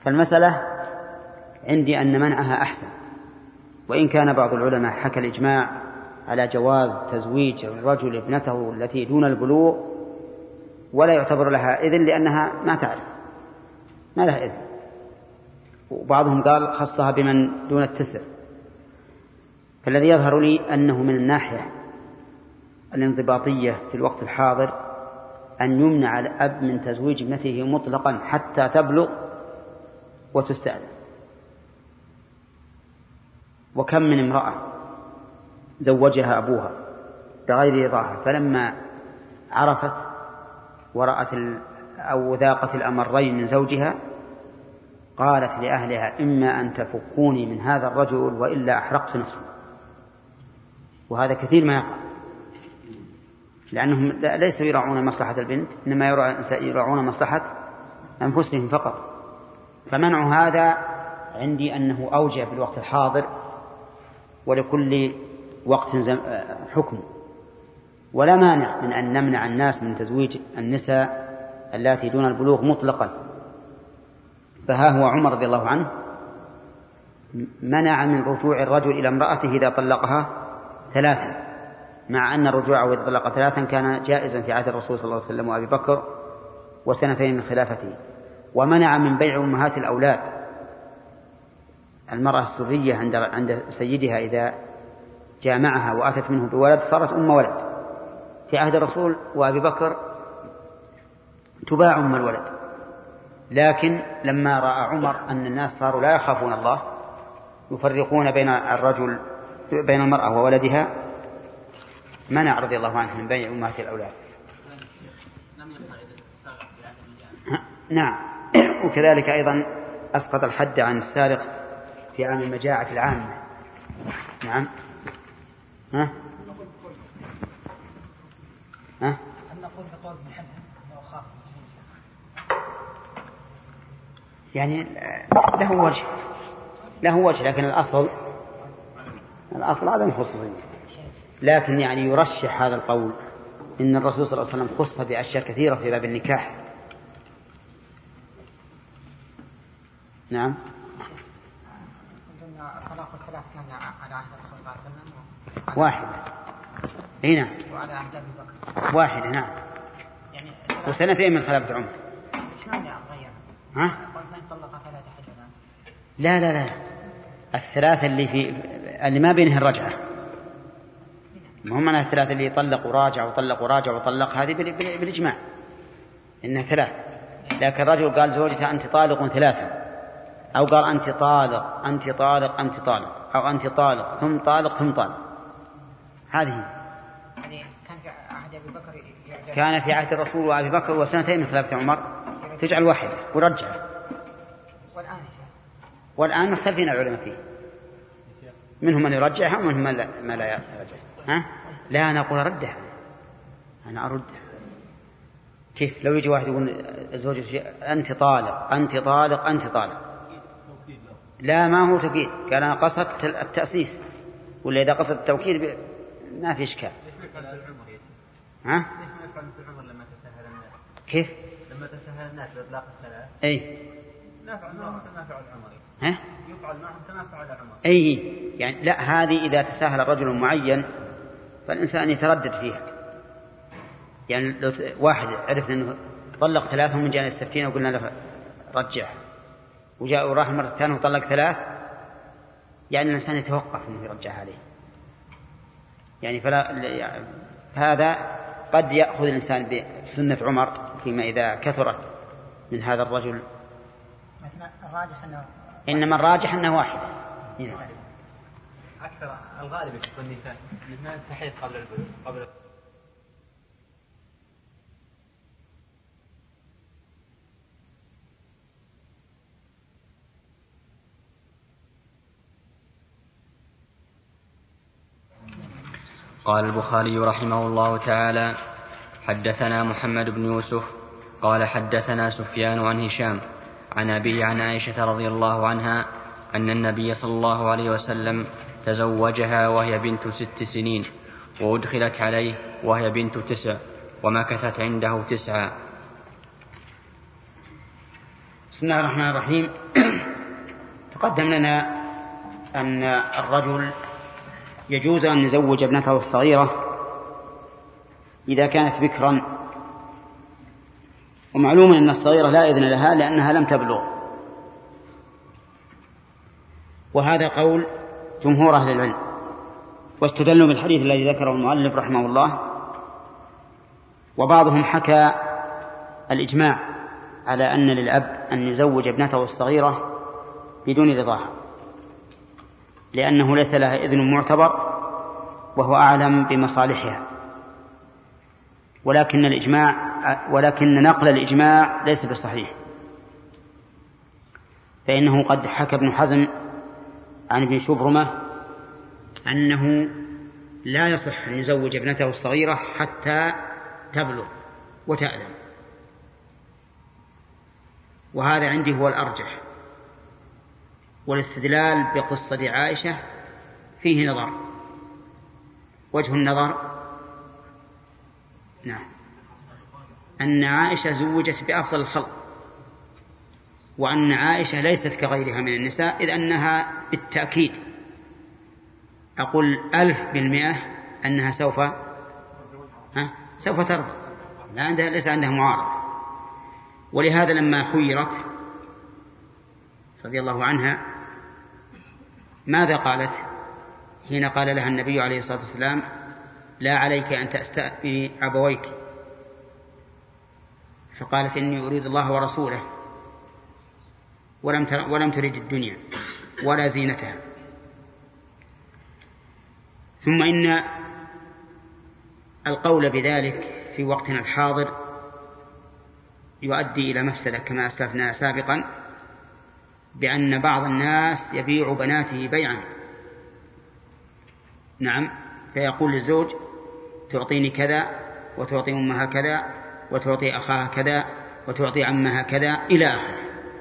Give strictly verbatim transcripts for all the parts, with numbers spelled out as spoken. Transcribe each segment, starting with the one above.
فالمسألة عندي أن منعها أحسن، وإن كان بعض العلماء حكى الإجماع على جواز تزويج الرجل ابنته التي دون البلوغ ولا يعتبر لها إذن لأنها ما تعرف، ما لها إذن. وبعضهم قال خصها بمن دون التسع. فالذي يظهر لي أنه من الناحية الانضباطية في الوقت الحاضر أن يمنع الأب من تزويج ابنته مطلقا حتى تبلغ وتستأذن. وكم من امرأة زوجها أبوها بغير رضاها، فلما عرفت ورأت أو ذاقت الأمرين من زوجها قالت لأهلها إما أن تفكوني من هذا الرجل وإلا أحرقت نفسي. وهذا كثير ما يقع، لأنهم ليسوا يراعون مصلحة البنت، إنما يراعون مصلحة أنفسهم فقط. فمنع هذا عندي أنه أوجه في الوقت الحاضر، ولكل وقت حكم. ولا مانع من أن نمنع الناس من تزويج النساء اللاتي دون البلوغ مطلقا. فها هو عمر رضي الله عنه منع من رجوع الرجل إلى امرأته إذا طلقها ثلاثا، مع أن الرجوع إذا طلق ثلاثا كان جائزا في عهد الرسول صلى الله عليه وسلم وأبي بكر وسنتين من خلافته. ومنع من بيع أمهات الأولاد، المرأة السرية عند عند سيدها إذا جامعها وأتت منه بولد صارت أم ولد. في عهد الرسول وأبي بكر تباع أم الولد، لكن لما رأى عمر أن الناس صاروا لا يخافون الله يفرقون بين الرجل بين المرأة وولدها منع رضي الله عنه من بيع أمهات الأولاد. نعم. وكذلك أيضا أسقط الحد عن السارق في عام المجاعة العامة. نعم. ها؟ ها؟ يعني له وجه له وجه لكن الأصل الأصل عدم الخصوصية. لكن يعني يرشح هذا القول إن الرسول صلى الله عليه وسلم خص بأشياء كثيرة في باب النكاح. نعم. واحدة هنا واحدة نعم، وسنتين من خلافة عمر. ها؟ لا لا لا الثلاثة اللي في اللي ما بينها الرجعة، هم أنا الثلاثة اللي يطلق وراجع وطلق وراجع وطلق، هذه بالإجماع إنها ثلاث. لكن الرجل قال زوجته أنت طالق ثلاثة، أو قال أنت طالق أنت طالق أنت طالق، أو أنت طالق ثم طالق ثم طالق. هذه كان في عهد أبي بكر كان في عهد الرسول وأبي بكر وسنتين من خلافة عمر تجعل واحدة ورجعها. والآن والآن مختلفين العلماء فيه، منهم من يرجعها ومنهم من لا, ما لا يرجعها. ها؟ لا أنا أقول ردها، أنا أردها. كيف لو يجي واحد يقول زوجته أنت طالق أنت طالق أنت طالق؟ لا ما هو توكيد، قال أنا قصدت التأسيس، ولا إذا قصد التوكيد ما في إشكال. ها؟ كيف؟ لما تسهل الناس بإطلاق الثلاث أي نفعل معهم كما فعل عمر. ها؟ يفعل معهم كما فعل عمر. أي يعني لا، هذه إذا تساهل رجل معين فالإنسان يتردد فيها. يعني لو واحد عرفنا أنه طلق ثلاثة من جانب السفتين وقلنا له رجع، وجاء وراح مرة ثانية وطلق ثلاث، يعني الإنسان يتوقف أنه يرجع عليه. يعني فلا يعني هذا قد يأخذ الإنسان بسنة عمر فيما إذا كثرت من هذا الرجل. الراجح أنه إنما الراجح أنه واحد. أكثر الغالب يكون النساء لأنها تحيط قبل البلوغ قبل. قال البخاري رحمه الله تعالى: حدثنا محمد بن يوسف قال حدثنا سفيان عن هشام عن أبي عن عائشة رضي الله عنها أن النبي صلى الله عليه وسلم تزوجها وهي بنت ست سنين، وأدخلت عليه وهي بنت تسع، ومكثت عنده تسعا. بسم الله الرحمن الرحيم. تقدم لنا أن الرجل يجوز أن يزوج ابنته الصغيرة إذا كانت بكرا، ومعلوم أن الصغيرة لا إذن لها لأنها لم تبلغ، وهذا قول جمهور أهل العلم، واستدلوا بالحديث الذي ذكره المؤلف رحمه الله. وبعضهم حكى الإجماع على أن للأب أن يزوج ابنته الصغيرة بدون رضاها، لأنه ليس لها إذن معتبر وهو أعلم بمصالحها، ولكن الإجماع ولكن نقل الإجماع ليس بصحيح، فإنه قد حكى ابن حزم عن ابن شبرمة أنه لا يصح أن يزوج ابنته الصغيرة حتى تبلغ وتأذن، وهذا عندي هو الأرجح. والاستدلال بقصة عائشة فيه نظر. وجه النظر نعم أن عائشة زوجت بأفضل الخلق، وأن عائشة ليست كغيرها من النساء، إذ أنها بالتأكيد أقول ألف بالمئة أنها سوف ها سوف ترضى، لا عندها ليس عندها معارضة. ولهذا لما خيرت رضي الله عنها ماذا قالت حين قال لها النبي عليه الصلاة والسلام لا عليك أن تستأذني أبويك؟ فقالت إني أريد الله ورسوله، ولم ولم تريد الدنيا ولا زينتها. ثم إن القول بذلك في وقتنا الحاضر يؤدي إلى مفسدة كما أسلفنا سابقا، بأن بعض الناس يبيع بناته بيعا. نعم، فيقول للزوج تعطيني كذا وتعطي أمها كذا وتعطي أخاها كذا وتعطي عمها كذا إلى آخره،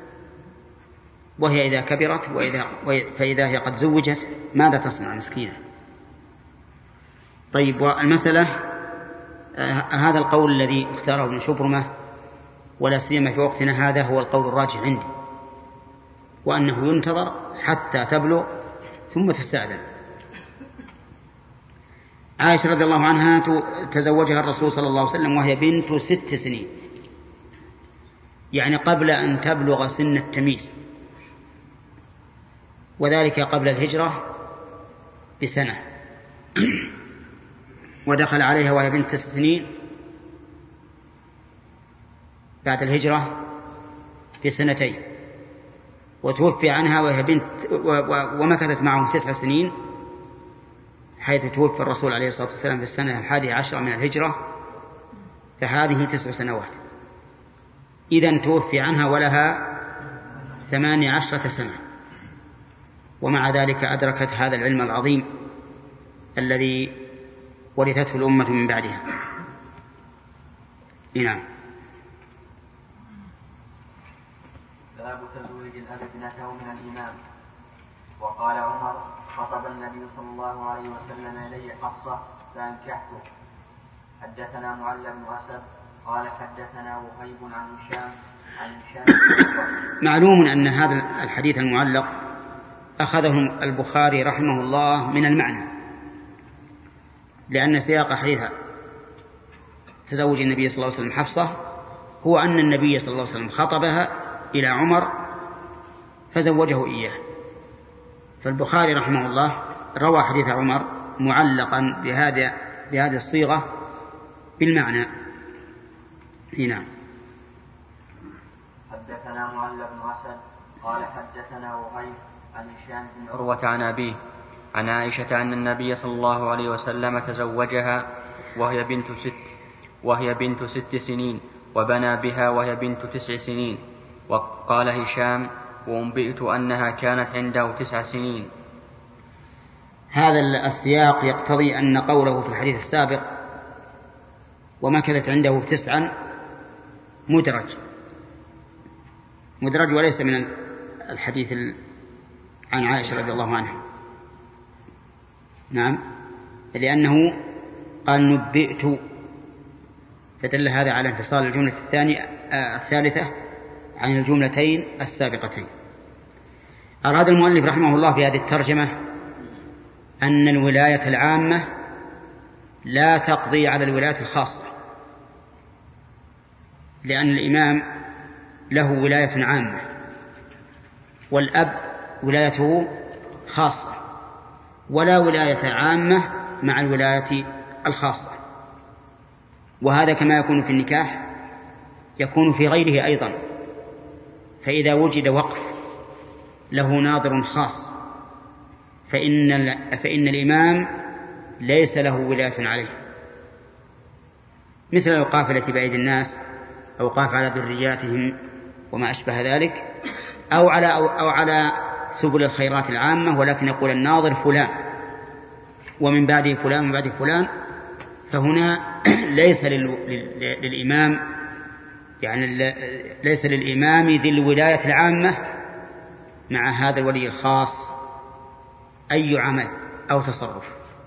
وهي إذا كبرت وإذا فإذا هي قد زوجت ماذا تصنع مسكينة؟ طيب، والمسألة آه هذا القول الذي اختاره ابن شبرمة ولا سيما في وقتنا هذا هو القول الراجح عندي، وأنه ينتظر حتى تبلغ ثم تستأذن. عائشة رضي الله عنها تزوجها الرسول صلى الله عليه وسلم وهي بنت ست سنين، يعني قبل أن تبلغ سن التمييز، وذلك قبل الهجرة بسنة، ودخل عليها وهي بنت تسع سنين بعد الهجرة بسنتين، وتوفي عنها وهي بنت ومكثت معه تسع سنين حيث توفى الرسول عليه الصلاة والسلام في السنة الحادية عشرة من الهجرة، فهذه تسع سنوات. إذن توفي عنها ولها ثمانية عشرة سنة، ومع ذلك أدركت هذا العلم العظيم الذي ورثته الأمة من بعدها. نعم. باب تزويج الأب ابنته من الإمام. وقال عمر خطب النبي صلى الله عليه وسلم إلي حفصة فأنكحته. حدثنا معل بن أسد قال حدثنا وهيب عن هشام عن هشام. معلوم أن هذا الحديث المعلق أخذه البخاري رحمه الله من المعنى، لأن سياق حديث تزوج النبي صلى الله عليه وسلم حفصة هو أن النبي صلى الله عليه وسلم خطبها إلى عمر فزوجه إياه، فالبخاري رحمه الله روى حديث عمر معلقا بهذه بهذه الصيغة بالمعنى. هنا حدثنا معل بن أسد قال حدثنا وهيب عن هشام بن عروة عن أبيه عن عائشة أن النبي صلى الله عليه وسلم تزوجها وهي بنت ست وهي بنت ست سنين وبنى بها وهي بنت تسع سنين. وقال هشام وأنبئت أنها كانت عنده تسع سنين. هذا السياق يقتضي أن قوله في الحديث السابق ومكثت عنده تسعا مدرج مدرج وليس من الحديث عن عائشة رضي الله عنها. نعم، لأنه قال نبئت، فدل هذا على انفصال الجملة الثانية آه الثالثة عن الجملتين السابقتين. أراد المؤلف رحمه الله في هذه الترجمة أن الولاية العامة لا تقضي على الولاية الخاصة، لأن الإمام له ولاية عامة والأب ولايته خاصة، ولا ولاية عامة مع الولاية الخاصة. وهذا كما يكون في النكاح يكون في غيره أيضا. فإذا وجد وقف له ناظر خاص فإن, فإن الإمام ليس له ولاية عليه، مثل الأوقاف التي بأيدي الناس، أوقاف على ذرياتهم وما أشبه ذلك، أو على, أو, أو على سبل الخيرات العامة، ولكن يقول الناظر فلان ومن بعده فلان ومن بعده فلان. فهنا ليس للإمام يعني ليس للإمام ذي الولاية العامة مع هذا الولي الخاص أي عمل أو تصرف،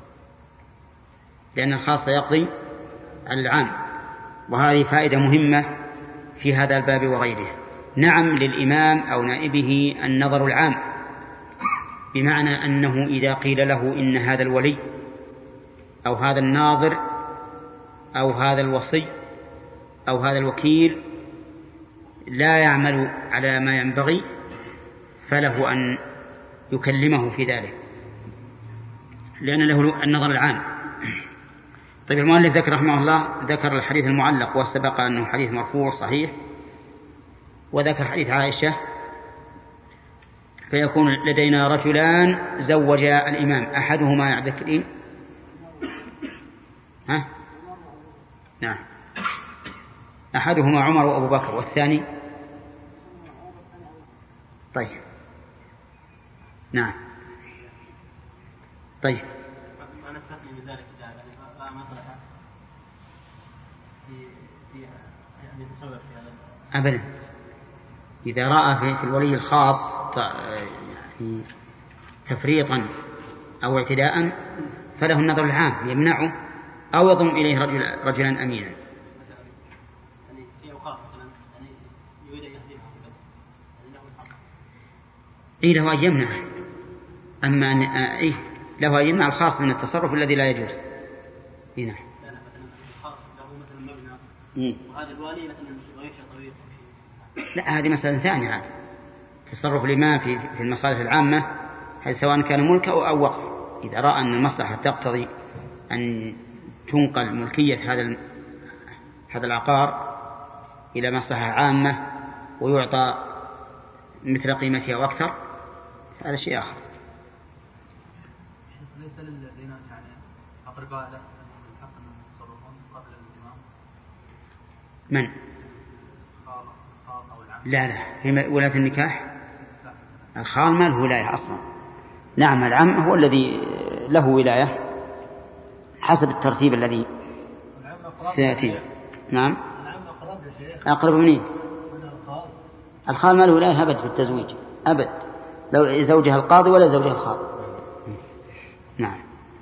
لأن الخاص يقضي على العام. وهذه فائدة مهمة في هذا الباب وغيره. نعم للإمام أو نائبه النظر العام، بمعنى أنه إذا قيل له إن هذا الولي أو هذا الناظر أو هذا الوصي أو هذا الوكيل لا يعمل على ما ينبغي فله أن يكلمه في ذلك، لأن له النظر العام. طيب المؤلف ذكر رحمه الله ذكر الحديث المعلق وسبق أنه حديث مرفوع صحيح، وذكر حديث عائشة. فيكون لدينا رجلان زوجا الإمام، أحدهما يا عبد الكريم ها؟ نعم، أحدهما عمر وأبو بكر والثاني طيب نعم طيب أنا استثني من ذلك إذا مصلحة في في يعني تسوق في هذا أبدا. إذا رأى في الولي الخاص يعني تفريطا أو اعتداء فله النظر العام يمنعه أو يضم إليه رجل رجلا أمينا. يعني في أوقات مثلا يعني يريد أن يهدمها له الحق. إيه له أن يمنع، أما أن إيه له أن يمنع الخاص من التصرف الذي لا يجوز. إيه نعم. لا لا مثلا الخاص له مثلا مبنى وهذا الوالي مثلا يمشي طريق. لا هذه مسألة ثانية. عاد تصرف الإمام في في المصالح العامة هل سواء كان ملك أو وقف، إذا رأى أن المصلحة تقتضي أن تنقل ملكية هذا هذا العقار إلى مصلحة عامة ويعطى مثل قيمته أو أكثر، هذا شيء آخر. ليس للذين يعني أقرباء له الحق أن يتصرفون قبل الإمام؟ من؟ لا لا في ولاية النكاح الخال ما له ولاية أصلا. نعم العم هو الذي له ولاية حسب الترتيب الذي سيأتي. نعم أقرب منين؟ الخال ما له ولاية أبد في التزويج أبد، لو زوجها القاضي ولا زوجها الخال. نعم.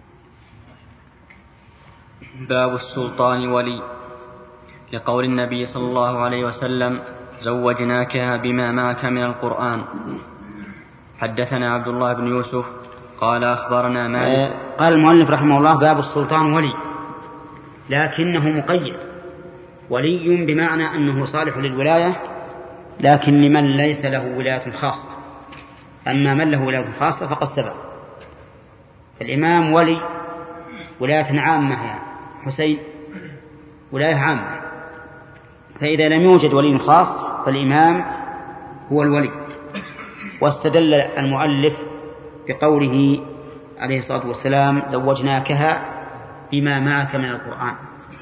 باب السلطان ولي، لقول النبي صلى الله عليه وسلم زوجناكها بما معك من القرآن. حدثنا عبد الله بن يوسف قال أخبرنا مالك. قال المؤلف رحمه الله باب السلطان ولي، لكنه مقيد. ولي بمعنى أنه صالح للولاية لكن لمن ليس له ولاية خاصة، أما من له ولاية خاصة فقد سبق. الإمام ولي ولاية عامة، يعني حسين ولاية عامة، فإذا لم يوجد ولي خاص فالإمام هو الولي. واستدل المؤلف بقوله عليه الصلاة والسلام زوجناكها بما معك من القرآن.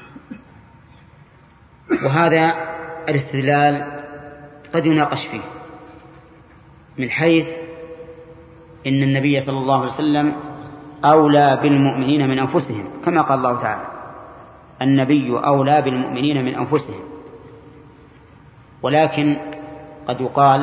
وهذا الاستدلال قد يناقش فيه من حيث إن النبي صلى الله عليه وسلم أولى بالمؤمنين من أنفسهم، كما قال الله تعالى النبي أولى بالمؤمنين من أنفسهم. ولكن قد يقال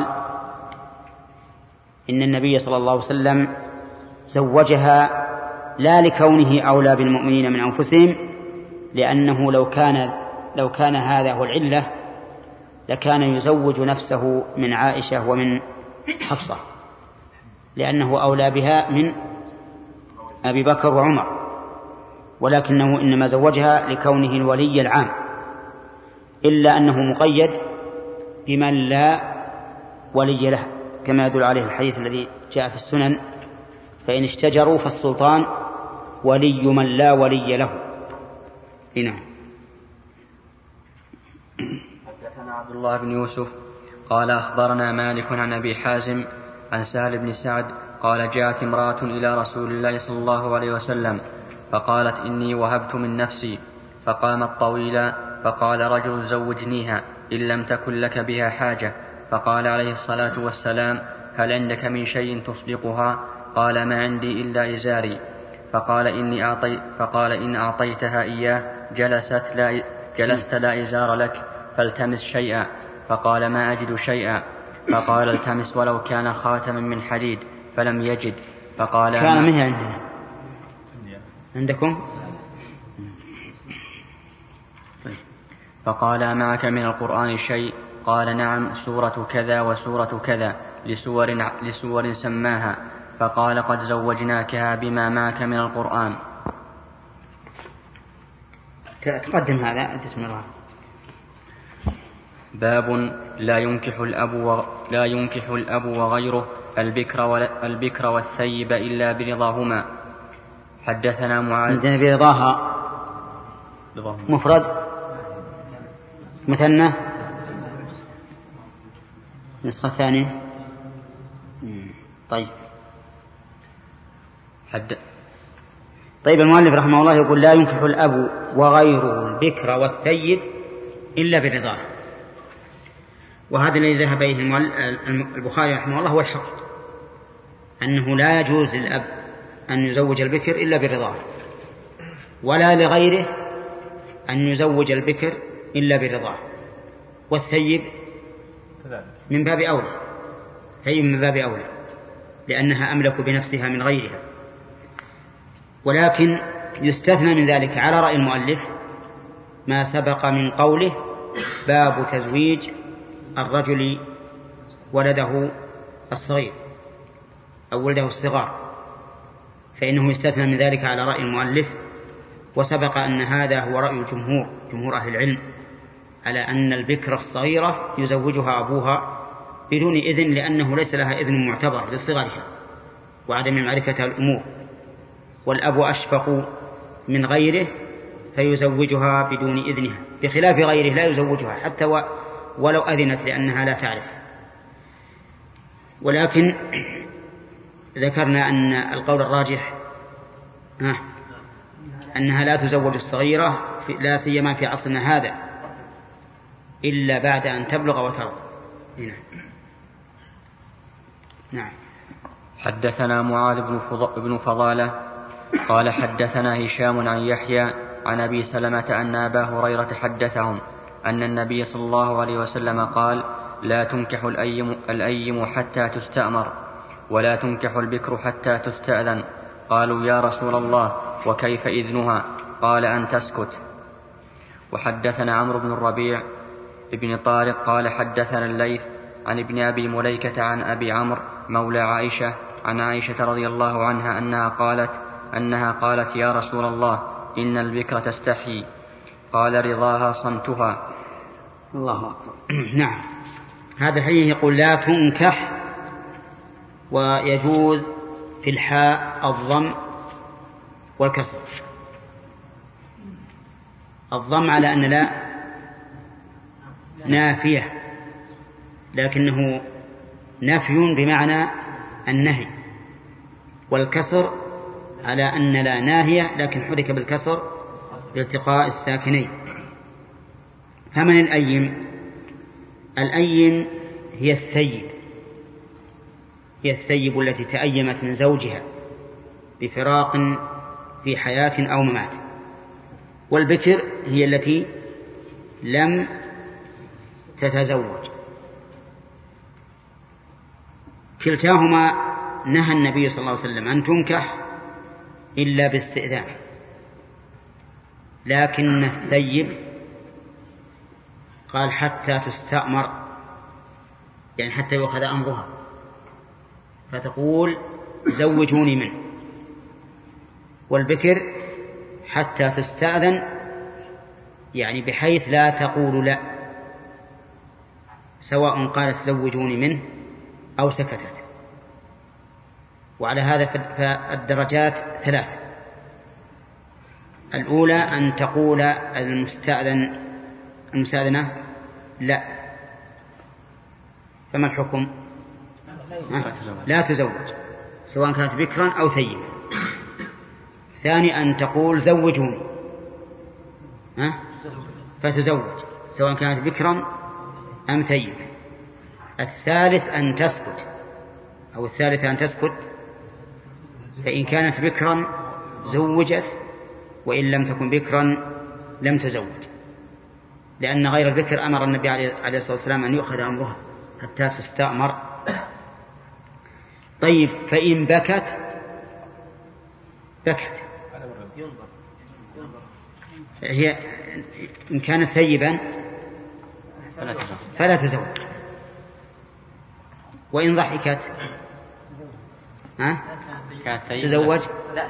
إن النبي صلى الله عليه وسلم زوجها لا لكونه أولى بالمؤمنين من أنفسهم، لأنه لو كان لو كان هذا هو العلة لكان يزوج نفسه من عائشة ومن حفصة، لأنه أولى بها من أبي بكر وعمر، ولكنه إنما زوجها لكونه الولي العام، إلا أنه مقيد بمن لا ولي له، كما يدل عليه الحديث الذي جاء في السنن: فإن اشتجروا فالسلطان ولي من لا ولي له. هنا حدثنا عبد الله بن يوسف قال أخبرنا مالك عن أبي حازم عن سهل بن سعد قال: جاءت امرأة إلى رسول الله صلى الله عليه وسلم فقالت: إني وهبت من نفسي. فقامت طويلا فقال رجل: زوجنيها إن لم تكن لك بها حاجة. فقال عليه الصلاة والسلام: هل عندك من شيء تصدقها؟ قال: ما عندي إلا إزاري. فقال إني أعطي فقال إن أعطيتها إياه جلست لا, جلست لا إزار لك، فالتمس شيئا. فقال: ما أجد شيئا. فقال: التمس ولو كان خاتما من حديد، فلم يجد. فقال: كان منها عندنا عندكم؟ فقال: معك من القرآن شيء؟ قال: نعم، سورة كذا وسورة كذا، لسور, لسور سماها. فقال: قد زوجناكها بما معك من القرآن. تقدم هذا عدة مرات. باب لا ينكح الأب و... لا ينكح الأب وغيره البكر, و... البكر والثيب إلا برضاهما. حدثنا معاذ. عندنا برضاها مفرد مثنى نسخة ثانية. طيب حد... طيب المؤلف رحمه الله يقول: لا ينكح الأب وغيره البكر والثيب إلا برضاه. وهذا الذي ذهب إليه البخاري رحمه الله هو الحق، أنه لا يجوز للأب أن يزوج البكر إلا برضاه، ولا لغيره أن يزوج البكر إلا برضاه. والثيب من باب أولى، ثيب من باب أولى لأنها أملك بنفسها من غيرها. ولكن يستثنى من ذلك على رأي المؤلف ما سبق من قوله: باب تزويج الرجل ولده الصغير أو ولده الصغار، فإنه يستثنى من ذلك على رأي المؤلف. وسبق أن هذا هو رأي الجمهور، جمهور أهل العلم، على أن البكر الصغيرة يزوجها أبوها بدون إذن، لأنه ليس لها إذن معتبر لصغرها وعدم معرفتها الأمور، والأب أشفق من غيره فيزوجها بدون إذنها، بخلاف غيره لا يزوجها حتى ولو أذنت لأنها لا تعرف. ولكن ذكرنا أن القول الراجح أنها لا تزوج الصغيرة لا سيما في عصرنا هذا إلا بعد أن تبلغ وترضى. نعم. حدثنا معاذ بن فضالة قال: حدثنا هشام عن يحيى عن أبي سلمة أن أبا هريرة حدثهم أن النبي صلى الله عليه وسلم قال: لا تنكح الأيم, الأيم حتى تستأمر، ولا تنكح البكر حتى تستأذن. قالوا: يا رسول الله، وكيف إذنها؟ قال: أن تسكت. وحدثنا عمرو بن الربيع ابن طارق قال: حدثنا الليث عن ابن أبي مليكة عن أبي عمرو مولى عائشة عن عائشة رضي الله عنها أنها قالت أنها قالت: يا رسول الله، إن البكر تستحي. قال: رضاها صمتها. الله أكبر. نعم. هذا الحديث يقول: لا تنكح، ويجوز في الحاء الضم والكسر. الضم على أن لا نافية، لكنه نفي بمعنى النهي، والكسر على أن لا ناهية لكن حرك بالكسر لالتقاء الساكنين. فمن الأيم؟ الأيم هي الثيب، هي الثيب التي تأيمت من زوجها بفراق في حياة أو ممات. والبكر هي التي لم تتزوج. كلتاهما نهى النبي صلى الله عليه وسلم أن تنكح إلا باستئذان، لكن الثيب قال حتى تستأمر، يعني حتى يؤخذ أمرها، فتقول زوجوني منه. والبكر حتى تستأذن، يعني بحيث لا تقول لا، سواء قالت زوجوني منه أو سكتت. وعلى هذا فالدرجات ثلاث: الأولى أن تقول المستأذن المستأذنة لا، فما الحكم؟ لا تزوج سواء كانت بكرا أو ثيبا. ثاني أن تقول زوجوني فتزوج سواء كانت بكرا أم ثيبا. الثالث أن تسكت، أو الثالثة أن تسكت، فإن كانت بكرا زوجت، وإن لم تكن بكرا لم تزوج، لأن غير البكر أمر النبي عليه الصلاة والسلام أن يؤخذ أمرها حتى تستأمر. طيب فإن بكت بكت هي إن كانت ثيبا فلا تزوج، وإن ضحكت ها تزوج،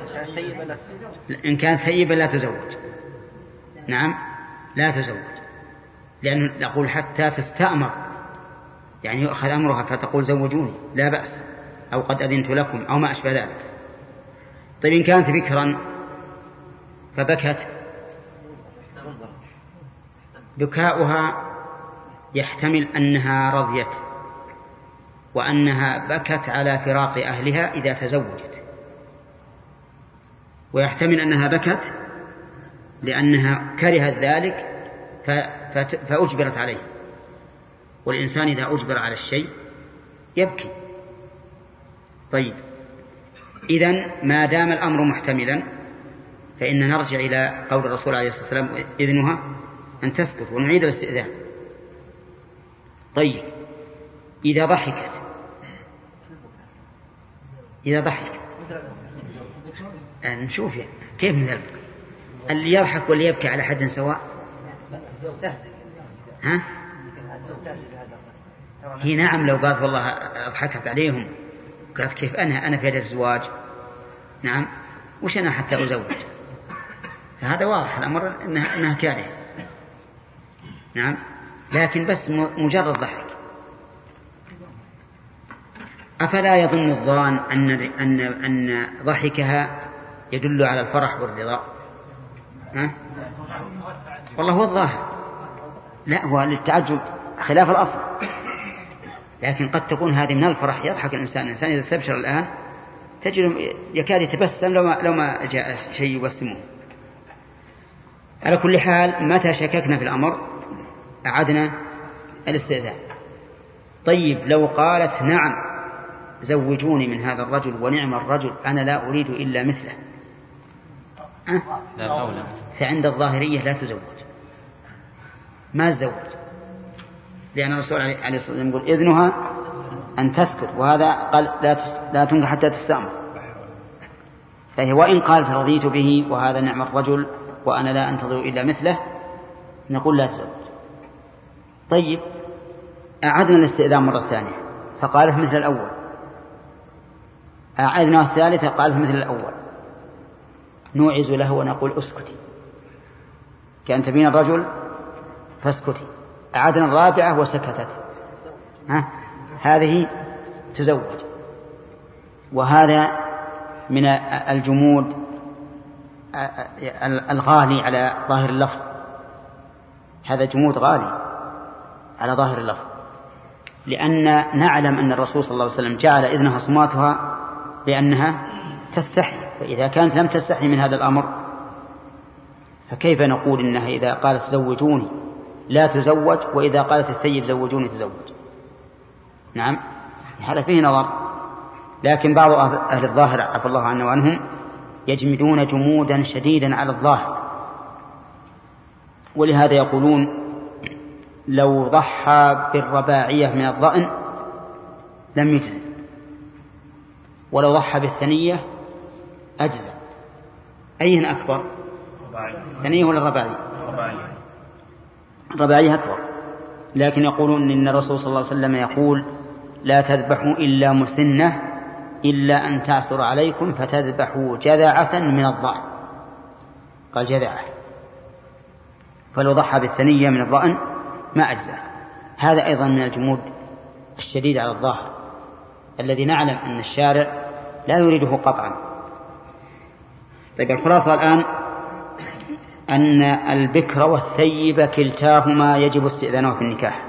إن كانت ثيبا لا تزوج. نعم لا تزوج، لأن نقول حتى تستأمر، يعني يؤخذ أمرها فتقول زوجوني لا بأس، أو قد أذنت لكم أو ما أشبه ذلك. طيب إن كانت بكرا فبكت، بكاؤها يحتمل أنها رضيت وأنها بكت على فراق أهلها إذا تزوجت، ويحتمل أنها بكت لأنها كرهت ذلك فأجبرت عليه، والإنسان إذا أجبر على الشيء يبكي. طيب إذن ما دام الأمر محتملا فإن نرجع إلى قول الرسول عليه الصلاة والسلام إذنها أن تسكت، ونعيد الاستئذان. طيب إذا ضحكت إذا ضحك نشوف يعني كيف مثل اللي يضحك واللي يبكي على حد سواء. ها هي نعم لو قالت والله أضحكت عليهم قالت كيف أنا أنا في هذا الزواج، نعم وش أنا حتى أزوج، فهذا واضح الأمر إنها, إنها كاره، نعم، لكن بس مجرد ضحك. أفلا يظن الظان أن أن أن ضحكها يدل على الفرح والرضا؟ ها؟ والله هو الظاهر، لا هو للتعجب خلاف الأصل، لكن قد تكون هذه من الفرح، يضحك الإنسان الإنسان إذا استبشر الآن تجد يكاد يتبسم لو ما لو ما جاء شيء يبسمه. على كل حال متى شككنا في الأمر أعدنا الاستئذان. طيب لو قالت نعم زوجوني من هذا الرجل ونعم الرجل أنا لا أريد إلا مثله، أه؟ فعند الظاهرية لا تزوج، ما تزوج، لأن الرسول عليه الصلاة والسلام يقول إذنها أن تسكت، وهذا قال لا لا تنكح حتى تستأمر. فهي وإن قالت رضيت به وهذا نعم الرجل وأنا لا أنتظر إلا مثله نقول لا تزوج. طيب أعدنا الاستئذان مرة ثانية فقالت مثل الأول، أعدنا الثالثة قالت مثل الأول، نوعز له ونقول أسكتي كأن تبين الرجل فاسكتي. أعدنا الرابعة وسكتت، ها هذه تزوج. وهذا من الجمود الغالي على ظاهر اللفظ، هذا جمود غالي على ظاهر اللفظ، لأن نعلم أن الرسول صلى الله عليه وسلم جعل إذنها صماتها لأنها تستحي، فإذا كانت لم تستحي من هذا الأمر فكيف نقول إنها إذا قالت زوجوني لا تزوج وإذا قالت الثيب زوجوني تزوج؟ نعم هذا فيه نظر. لكن بعض أهل الظاهر عفى الله عنه وعنهم يجمدون جمودا شديدا على الظاهر، ولهذا يقولون لو ضحى بالرباعية من الضأن لم يجزي، ولو ضحى بالثنية أجزى. أين أكبر، ثنية ولا الرباعية؟ الرباعية أكبر، لكن يقولون إن الرسول صلى الله عليه وسلم يقول لا تذبحوا إلا مسنة إلا أن تعسر عليكم فتذبحوا جذعة من الضأن، قال جذعة، فلو ضحى بالثنية من الضأن ما أجزأ. هذا أيضا من الجمود الشديد على الظاهر الذي نعلم أن الشارع لا يريده قطعا. طيب الخلاصة الآن أن البكر والثيب كلتاهما يجب استئذانه في النكاح،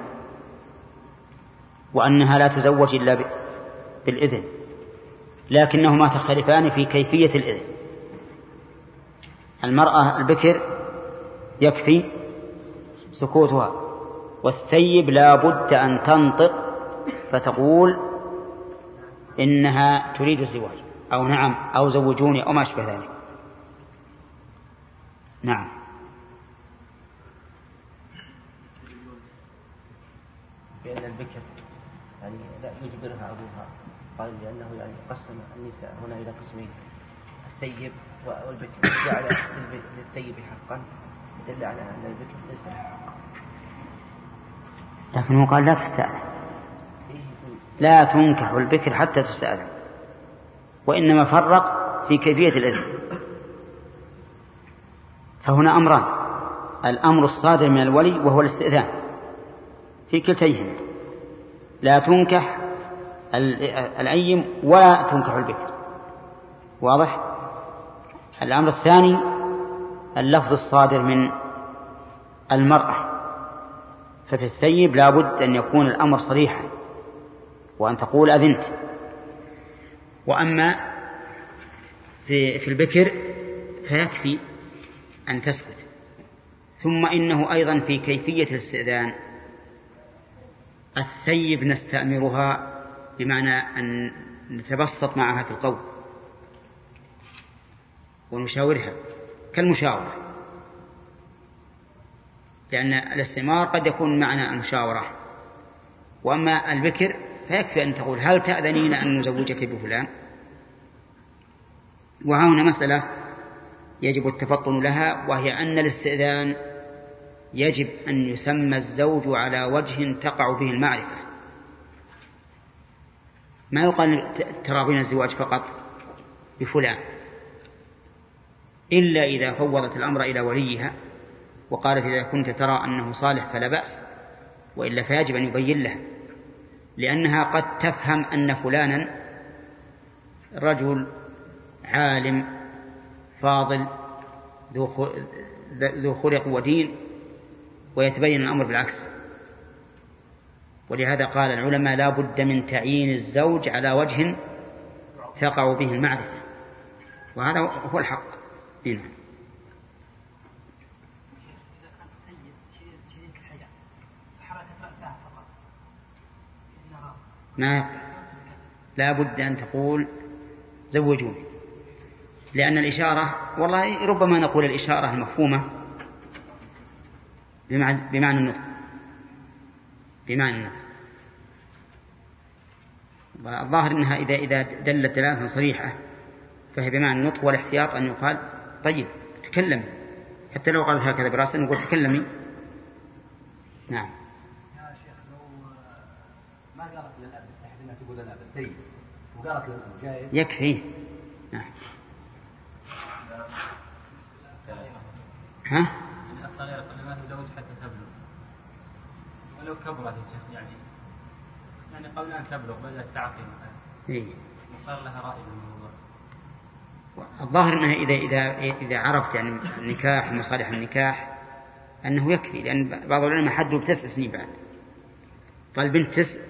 وأنها لا تزوج إلا بالإذن، لكنهما تختلفان في كيفية الإذن. المرأة البكر يكفي سكوتها، والثيب لا بد أن تنطق فتقول إنها تريد الزواج أو نعم أو زوجوني أو ما أشبه ذلك. نعم. بأن البكر يعني لا يجبرها أبوها، قال لأنه يعني قسم النساء هنا إلى قسمين، الثيب والبكر، جعل للثيب حقا دل على أن البكر ليس له حق. لكنه قال لا تستأذن، لا تنكح البكر حتى تستأذن، وإنما فرق في كيفية الإذن. فهنا أمران: الأمر الصادر من الولي وهو الاستئذان في كلتيهما، لا تنكح الأيم ولا تنكح البكر، واضح؟ الأمر الثاني اللفظ الصادر من المرأة، ففي الثيب لا بد أن يكون الأمر صريحا وأن تقول أذنت. وأما في, في البكر فيكفي أن تسكت. ثم إنه أيضا في كيفية الاستئذان الثيب نستأمرها بمعنى أن نتبسط معها في القول ونشاورها كالمشاورة، لأن الاستمار قد يكون معنى المشاورة. وأما البكر فيكفي أن تقول هل تأذنين أن نزوجك بفلان؟ وهنا مسألة يجب التفطن لها، وهي أن الاستئذان يجب أن يسمى الزوج على وجه تقع به المعرفة، ما يقال تراضين الزواج فقط بفلان، إلا إذا فوضت الأمر إلى وليها وقالت إذا كنت ترى أنه صالح فلا بأس، وإلا فيجب أن يبين لها، لأنها قد تفهم أن فلانا رجل عالم فاضل ذو خلق ودين، ويتبين الأمر بالعكس. ولهذا قال العلماء لا بد من تعيين الزوج على وجه تقع به المعرفة، وهذا هو الحق. هنا ما لا بد أن تقول زوجوني، لأن الإشارة والله ربما نقول الإشارة المفهومة بمعنى النطق، بمعنى النطق. الظاهر أنها إذا إذا دلت دلالة صريحة فهي بمعنى النطق، والاحتياط أن يقال طيب تكلمي، حتى لو قالت هكذا براسا نقول تكلمي. نعم. يا شيخ لو ما قالت للأب استحدنا تقول للأب الثيب وقالت للأب جائز يكفي. نعم. ها؟ الصغيرة ما تزوج حتى تبلغ، ولو كبرت يعني يعني قبل أن تبلغ بدأت تعقل إيه. وصار لها رأي بالموضوع. الظاهر أنها إذا إذا إذا عرفت يعني النكاح ومصالح النكاح أنه يكفي، لأن بعض العلماء حدوا بتسع سنين بعد. فالبنت تسع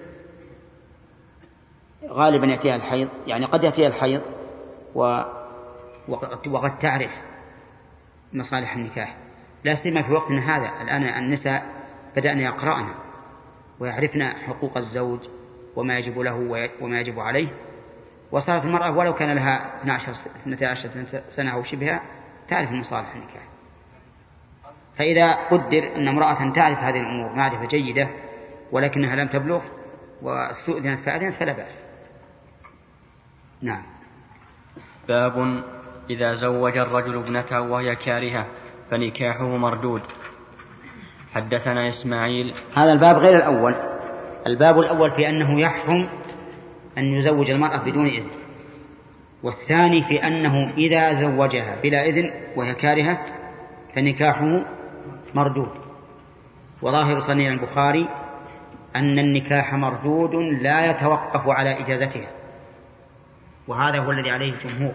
غالبا يأتيها الحيض، يعني قد يأتيها الحيض و وقد تعرف مصالح النكاح، لا سيما في وقتنا هذا. الآن النساء بدأنا يقرأن ويعرفن حقوق الزوج وما يجب له وما يجب عليه، وصارت المرأة ولو كان لها اثنتي عشرة سنة أو شبهها تعرف مصالح النكاح. فإذا قدر أن امرأة تعرف هذه الأمور معرفة جيدة ولكنها لم تبلغ واستؤذنت فأذنت فلا بأس. نعم. باب إذا زوج الرجل ابنته وهي كارهة فنكاحه مردود. حدثنا إسماعيل. هذا الباب غير الأول. الباب الأول في أنه يحرم أن يزوج المرأة بدون إذن، والثاني في أنه إذا زوجها بلا إذن وهي كارهة فنكاحه مردود. وظاهر صنيع البخاري أن النكاح مردود لا يتوقف على إجازتها، وهذا هو الذي عليه الجمهور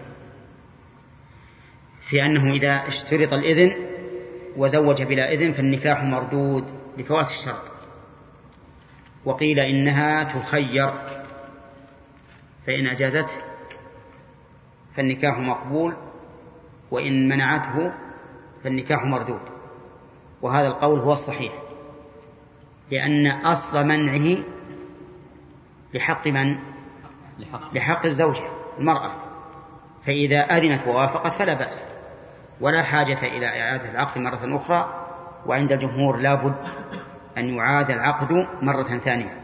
في أنه إذا اشترط الإذن وزوج بلا إذن فالنكاح مردود لفوات الشرط. وقيل إنها تخير، فإن أجازته فالنكاح مقبول، وإن منعته فالنكاح مردود. وهذا القول هو الصحيح، لأن أصل منعه لحق من؟ لحق الزوجة المرأة، فإذا أذنت ووافقت فلا بأس، ولا حاجة إلى إعادة العقد مرة أخرى. وعند الجمهور لا بد أن يعاد العقد مرة ثانية.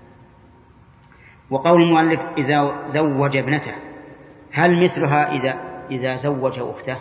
وقول المؤلف إذا زوج ابنته، هل مثلها إذا إذا زوج أخته؟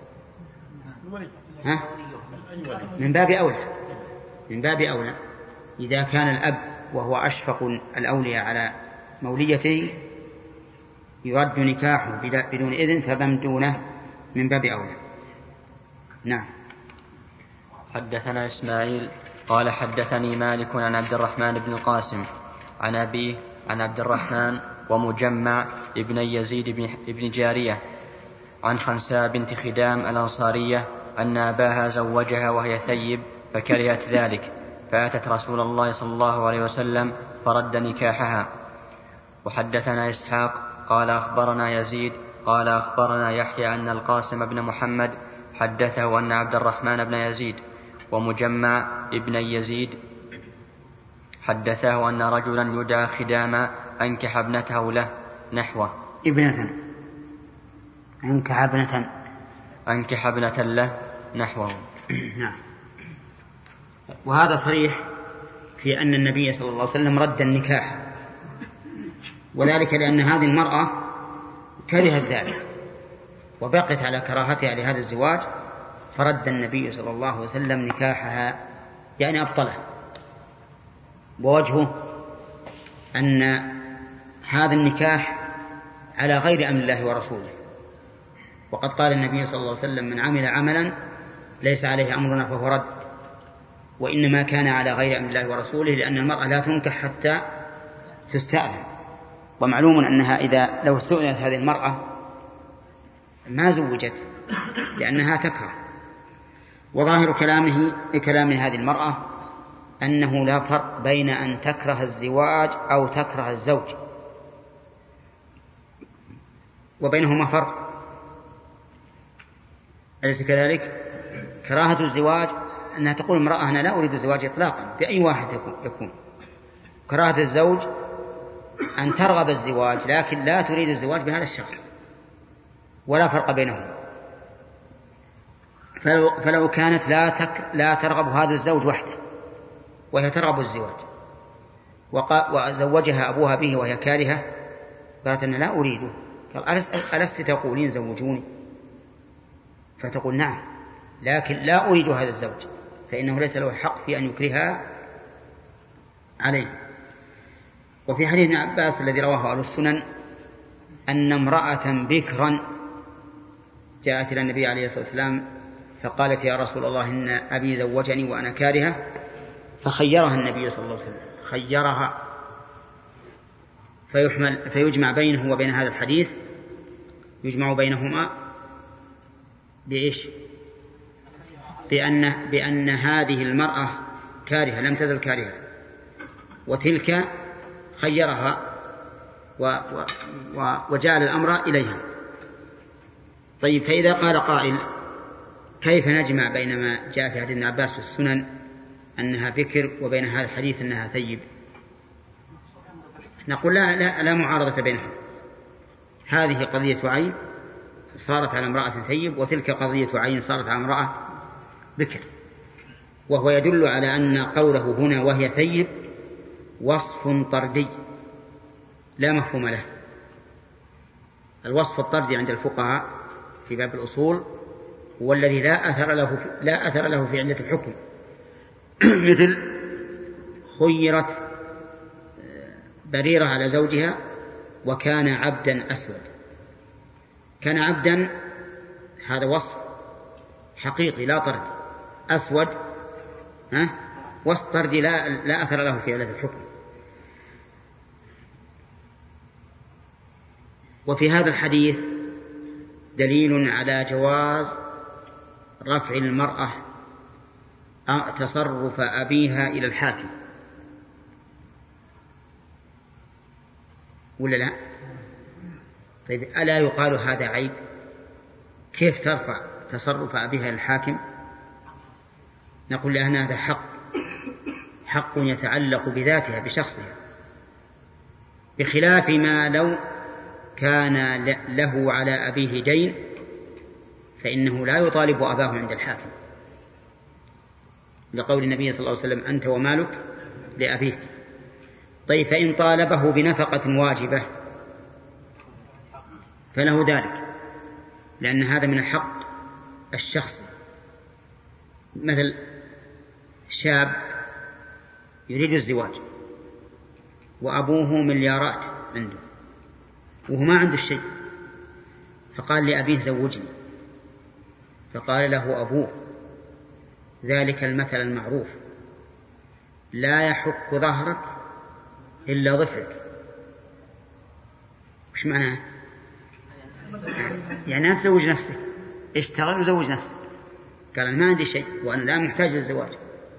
ها؟ من باب أولى، من باب أولى إذا كان الأب وهو أشفق الأولياء على موليته يرد نكاحه بدون إذن، فمن دونه من باب أولى. نعم. حدثنا إسماعيل قال حدثني مالك عن عبد الرحمن بن القاسم عن أبيه عن عبد الرحمن ومجمع ابن يزيد بن جارية عن خنساء بنت خدام الأنصارية أن أباها زوجها وهي ثيب فكرهت ذلك، فأتت رسول الله صلى الله عليه وسلم فرد نكاحها. وحدثنا إسحاق قال أخبرنا يزيد قال أخبرنا يحيى أن القاسم بن محمد حدثه أن عبد الرحمن بن يزيد ومجمع ابن يزيد حدثه أن رجلا يدعى خداما أنكح ابنته له نحوه. ابنة أنكح ابنة أنكح ابنة له نحوه. نعم. وهذا صريح في أن النبي صلى الله عليه وسلم رد النكاح، وذلك لأن هذه المرأة كرهت ذلك وبقت على كراهتها لهذا الزواج، فرد النبي صلى الله عليه وسلم نكاحها، يعني أبطله. ووجهه أن هذا النكاح على غير أمر الله ورسوله، وقد قال النبي صلى الله عليه وسلم من عمل عملا ليس عليه أمرنا فهو رد، وإنما كان على غير أمر الله ورسوله، لأن المرأة لا تنكح حتى تستأذن. ومعلوم أنها إذا لو استؤذنت هذه المرأة ما زوجت لأنها تكره. وظاهر كلامه كلام هذه المرأة أنه لا فرق بين أن تكره الزواج أو تكره الزوج، وبينهما فرق، أليس كذلك؟ كراهة الزواج أنها تقول امرأة أنا لا أريد الزواج إطلاقا بأي واحد يكون. كراهة الزوج أن ترغب الزواج لكن لا تريد الزواج بهذا الشخص، ولا فرق بينهم. فلو, فلو كانت لا, تك لا ترغب هذا الزوج وحده وهي ترغب الزواج وزوجها أبوها به وهي كارهة، قالت أنا لا أريده، قال ألست تقولين زوجوني؟ فتقول نعم لكن لا أريد هذا الزوج، فإنه ليس له حق في أن يكرهها عليه. وفي حديث ابن عباس الذي رواه أهل السنن أن امرأة بكرا جاءت إلى النبي عليه الصلاة والسلام فقالت يا رسول الله إن أبي زوجني وأنا كارهة، فخيرها النبي صلى الله عليه وسلم، خيرها. فيحمل فيجمع بينه وبين هذا الحديث، يجمع بينهما بإيش؟ بأن, بأن هذه المرأة كارهة لم تزل كارهة، وتلك خيرها و و و وجعل الأمر إليها. طيب، فإذا قال قائل كيف نجمع بين ما جاء في حديث ابن عباس في السنن أنها بكر وبين هذا الحديث أنها ثيب؟ نقول لا, لا, لا معارضة بينهم. هذه قضية عين صارت على امرأة ثيب، وتلك قضية عين صارت على امرأة بكر، وهو يدل على أن قوله هنا وهي ثيب وصف طردي لا مفهوم له. الوصف الطردي عند الفقهاء في باب الأصول هو الذي لا أثر له لا أثر له في علة الحكم، مثل خيرت بريرة على زوجها وكان عبدا أسود. كان عبدا هذا وصف حقيقي لا طرد، أسود ها وصف طردي لا, لا أثر له في علة الحكم. وفي هذا الحديث دليل على جواز رفع المرأة تصرف أبيها إلى الحاكم، ولا لا؟ طيب ألا يقال هذا عيب؟ كيف ترفع تصرف أبيها إلى الحاكم؟ نقول لأن هذا حق، حق يتعلق بذاتها بشخصها، بخلاف ما لو كان له على أبيه دين فإنه لا يطالب أباه عند الحاكم، لقول النبي صلى الله عليه وسلم أنت ومالك لأبيك. طيب فإن طالبه بنفقة واجبة فله ذلك، لأن هذا من الحق الشخصي. مثل شاب يريد الزواج وأبوه مليارات عنده وهو ما عنده شيء، فقال لأبيه زوجني، فقال له أبوه ذلك المثل المعروف لا يحك ظهرك إلا ظفرك. وش معناه؟ يعني لا تزوج نفسك، اشتغل وزوج نفسك. قال أنا ما عندي شيء وأنا لا محتاج للزواج.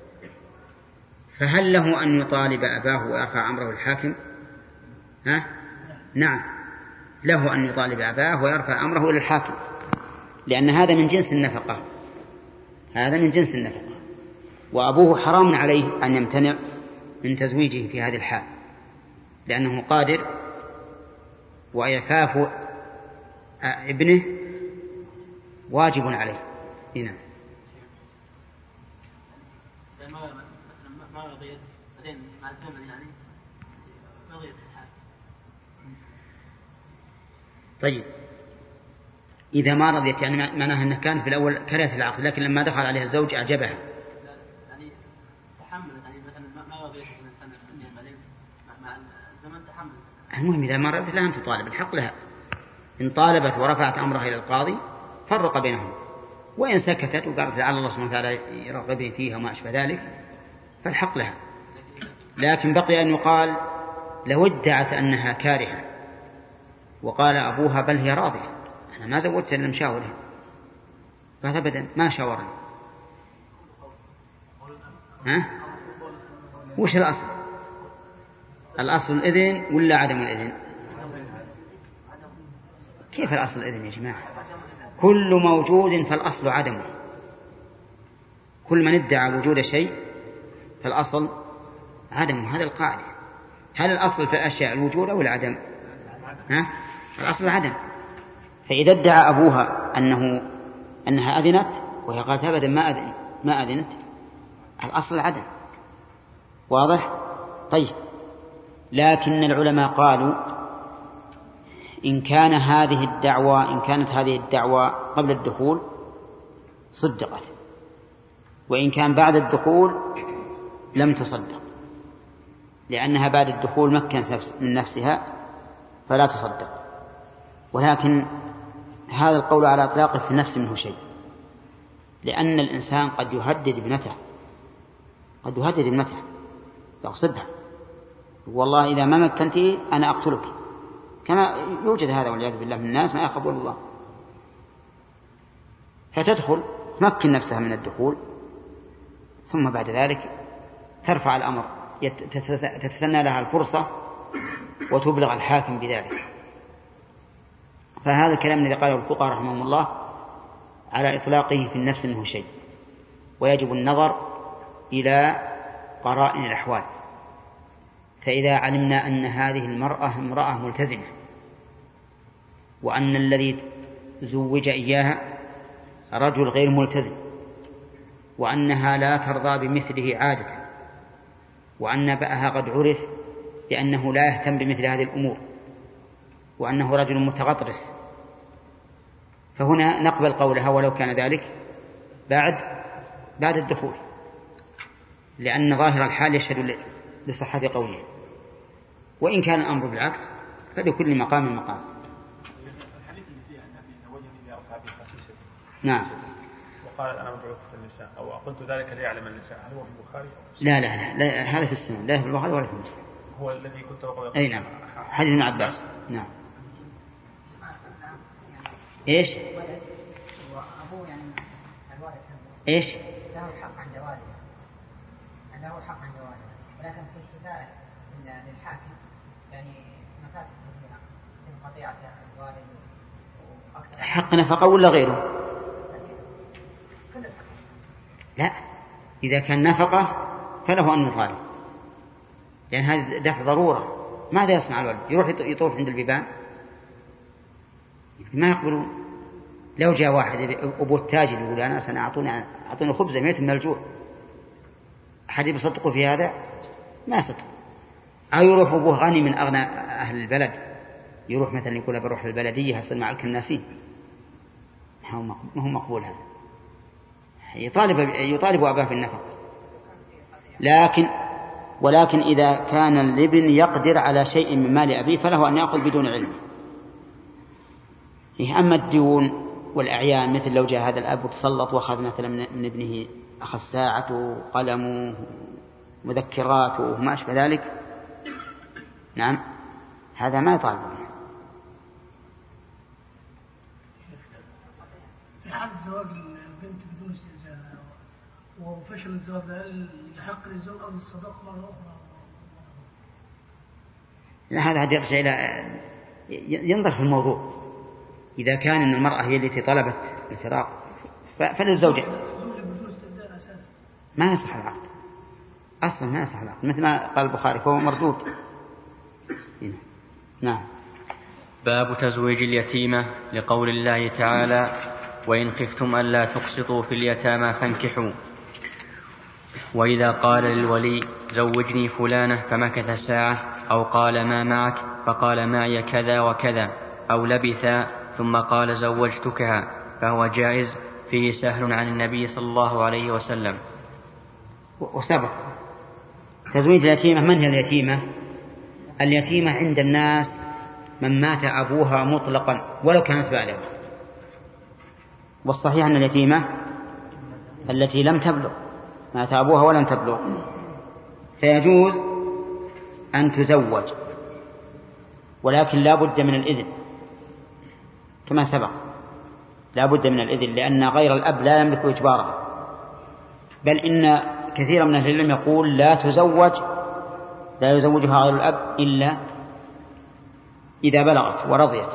فهل له أن يطالب أباه ويرفع أمره الحاكم؟ ها؟ نعم له أن يطالب أباه ويرفع أمره إلى الحاكم، لأن هذا من جنس النفقة، هذا من جنس النفقة، وأبوه حرام عليه أن يمتنع من تزويجه في هذه الحال، لأنه قادر، وإعفاف ابنه واجب عليه. هنا ما رضيت بعدين مع الزمن يعني رضيت الحال. طيب إذا ما رضيت يعني معناها أنه كان في الأول كرهت العقد، لكن لما دخل عليها الزوج أعجبها. يعني تحملت يعني مثلا ما رضيت من سنة بعدين مع الزمن تحملت. المهم إذا ما رضيت لها أن تطالب، الحق لها. إن طالبت ورفعت أمرها إلى القاضي فرق بينهم، وإن سكتت وقالت لعل الله سبحانه وتعالى يرغبني فيها وما أشبه ذلك فالحق لها. لكن بقي أن يقال لو ادعت أنها كارهة وقال أبوها بل هي راضية، أنا ما زوجت إلا مشاورها، قالت أبدا ما شاورني. ها؟ وش الأصل؟ الأصل الإذن ولا عدم الإذن؟ كيف الأصل الإذن يا جماعة؟ كل موجود فالأصل عدمه، كل من ادعى وجود شيء فالأصل عدمه، هذا القاعدة. هل الأصل في الأشياء الوجود أو العدم؟ ها؟ الأصل العدم. فإذا ادعى أبوها أنه أنها أذنت وهي قالت أبدا ما أذنت ما أذنت الأصل العدم. واضح؟ طيب لكن العلماء قالوا إن كان هذه الدعوة إن كانت هذه الدعوة قبل الدخول صدقت، وإن كان بعد الدخول لم تصدق، لأنها بعد الدخول مكنت من نفسها فلا تصدق. ولكن هذا القول على إطلاقه في النفس منه شيء، لأن الإنسان قد يهدد ابنته قد يهدد ابنته يغصبها، والله إذا ما مكنتي أنا أقتلك، كما يوجد هذا والعياذ بالله من الناس ما يخافون الله. فتدخل تمكن نفسها من الدخول، ثم بعد ذلك ترفع الأمر، تتسنى لها الفرصة وتبلغ الحاكم بذلك. فهذا الكلام الذي قاله الفقهاء رحمهم الله على إطلاقه في النفس منه شيء، ويجب النظر إلى قرائن الأحوال. فإذا علمنا أن هذه المرأة امرأة ملتزمة، وأن الذي زوج إياها رجل غير ملتزم، وأنها لا ترضى بمثله عادة، وأن بأها قد عرف بأنه لا يهتم بمثل هذه الأمور، وأنه رجل متغطرس، فهنا نقبل قولها ولو كان ذلك بعد بعد الدخول. لأن ظاهر الحال يشهد لصحة قوله، وإن كان الأمر بالعكس فلكل مقام مقام. نعم. وقال أنا مبعوث في النساء أو قلت ذلك ليعلم النساء، هل هو في البخاري أو في لا, لا لا لا هذا في السنة، لا في البخاري ولا في المسلم. هو الذي كنت أقول. أي نعم، حديث ابن عباس. نعم. إيش؟ إيش؟ له الحق عند والده، له الحق عند والده، ولكن في اشتباه للحاكم يعني مفاسد كثيرة من قطيعة الوالد وأكثر. حق نفقة ولا غيره؟ لا، إذا كان نفقة فله أن يطالب، لأن هذا دفع ضرورة. ماذا يصنع الولد؟ يروح يطوف عند البيبان؟ ما يقبلون. لو جاء واحد أبو التاجر يقول أنا سنة أعطوني أعطوني خبزة ميت من الجوع، أحد يصدقوا في هذا؟ ما يصدق. أو يروح أبوه غني من أغنى أهل البلد، يروح مثلا يقول بروح البلدية يصل مع الكناسين، ما هو مقبول هذا. يطالب يطالب أباه بالنفقة، لكن ولكن إذا كان الابن يقدر على شيء من مال أبيه فله أن يأخذ بدون علم. أما الديون والأعيان، مثل لو جاء هذا الأب وتسلط وأخذ مثلا من ابنه أخذ ساعته قلمه مذكراته وما أشبه ذلك، نعم هذا ما يطالب به. في حال زواج البنت بدون استئذان وفشل الزواج، هل يحق للزوج أخذ الصداق مرة أخرى؟ لا، هذا يرجع إلى ينظر في الموضوع. إذا كان أن المرأة هي التي طلبت الفراق فللزوج ما يصح العقد أصلا، ما يصح العقد مثل ما قال البخاري فهو مردود. نعم. باب تزويج اليتيمة، لقول الله تعالى وإن خفتم ألا تقسطوا في اليتامى فانكحوا. وإذا قال للولي زوجني فلانة فمكث ساعة أو قال ما معك فقال معي كذا وكذا أو لبث ثم قال زوجتكها فهو جائز، فيه سهل عن النبي صلى الله عليه وسلم. وسبق تزويج اليتيمة. من هي اليتيمة؟ اليتيمة عند الناس من مات أبوها مطلقا ولو كانت بالغة، والصحيح أن اليتيمة التي لم تبلغ، مات أبوها ولم تبلغ، فيجوز أن تزوج، ولكن لا بد من الإذن كما سبق، لا بد من الإذن، لأن غير الأب لا يملك إجبارها. بل إن كثيرا من أهل العلم يقول لا تزوج لا يزوجها غير الأب إلا إذا بلغت ورضيت،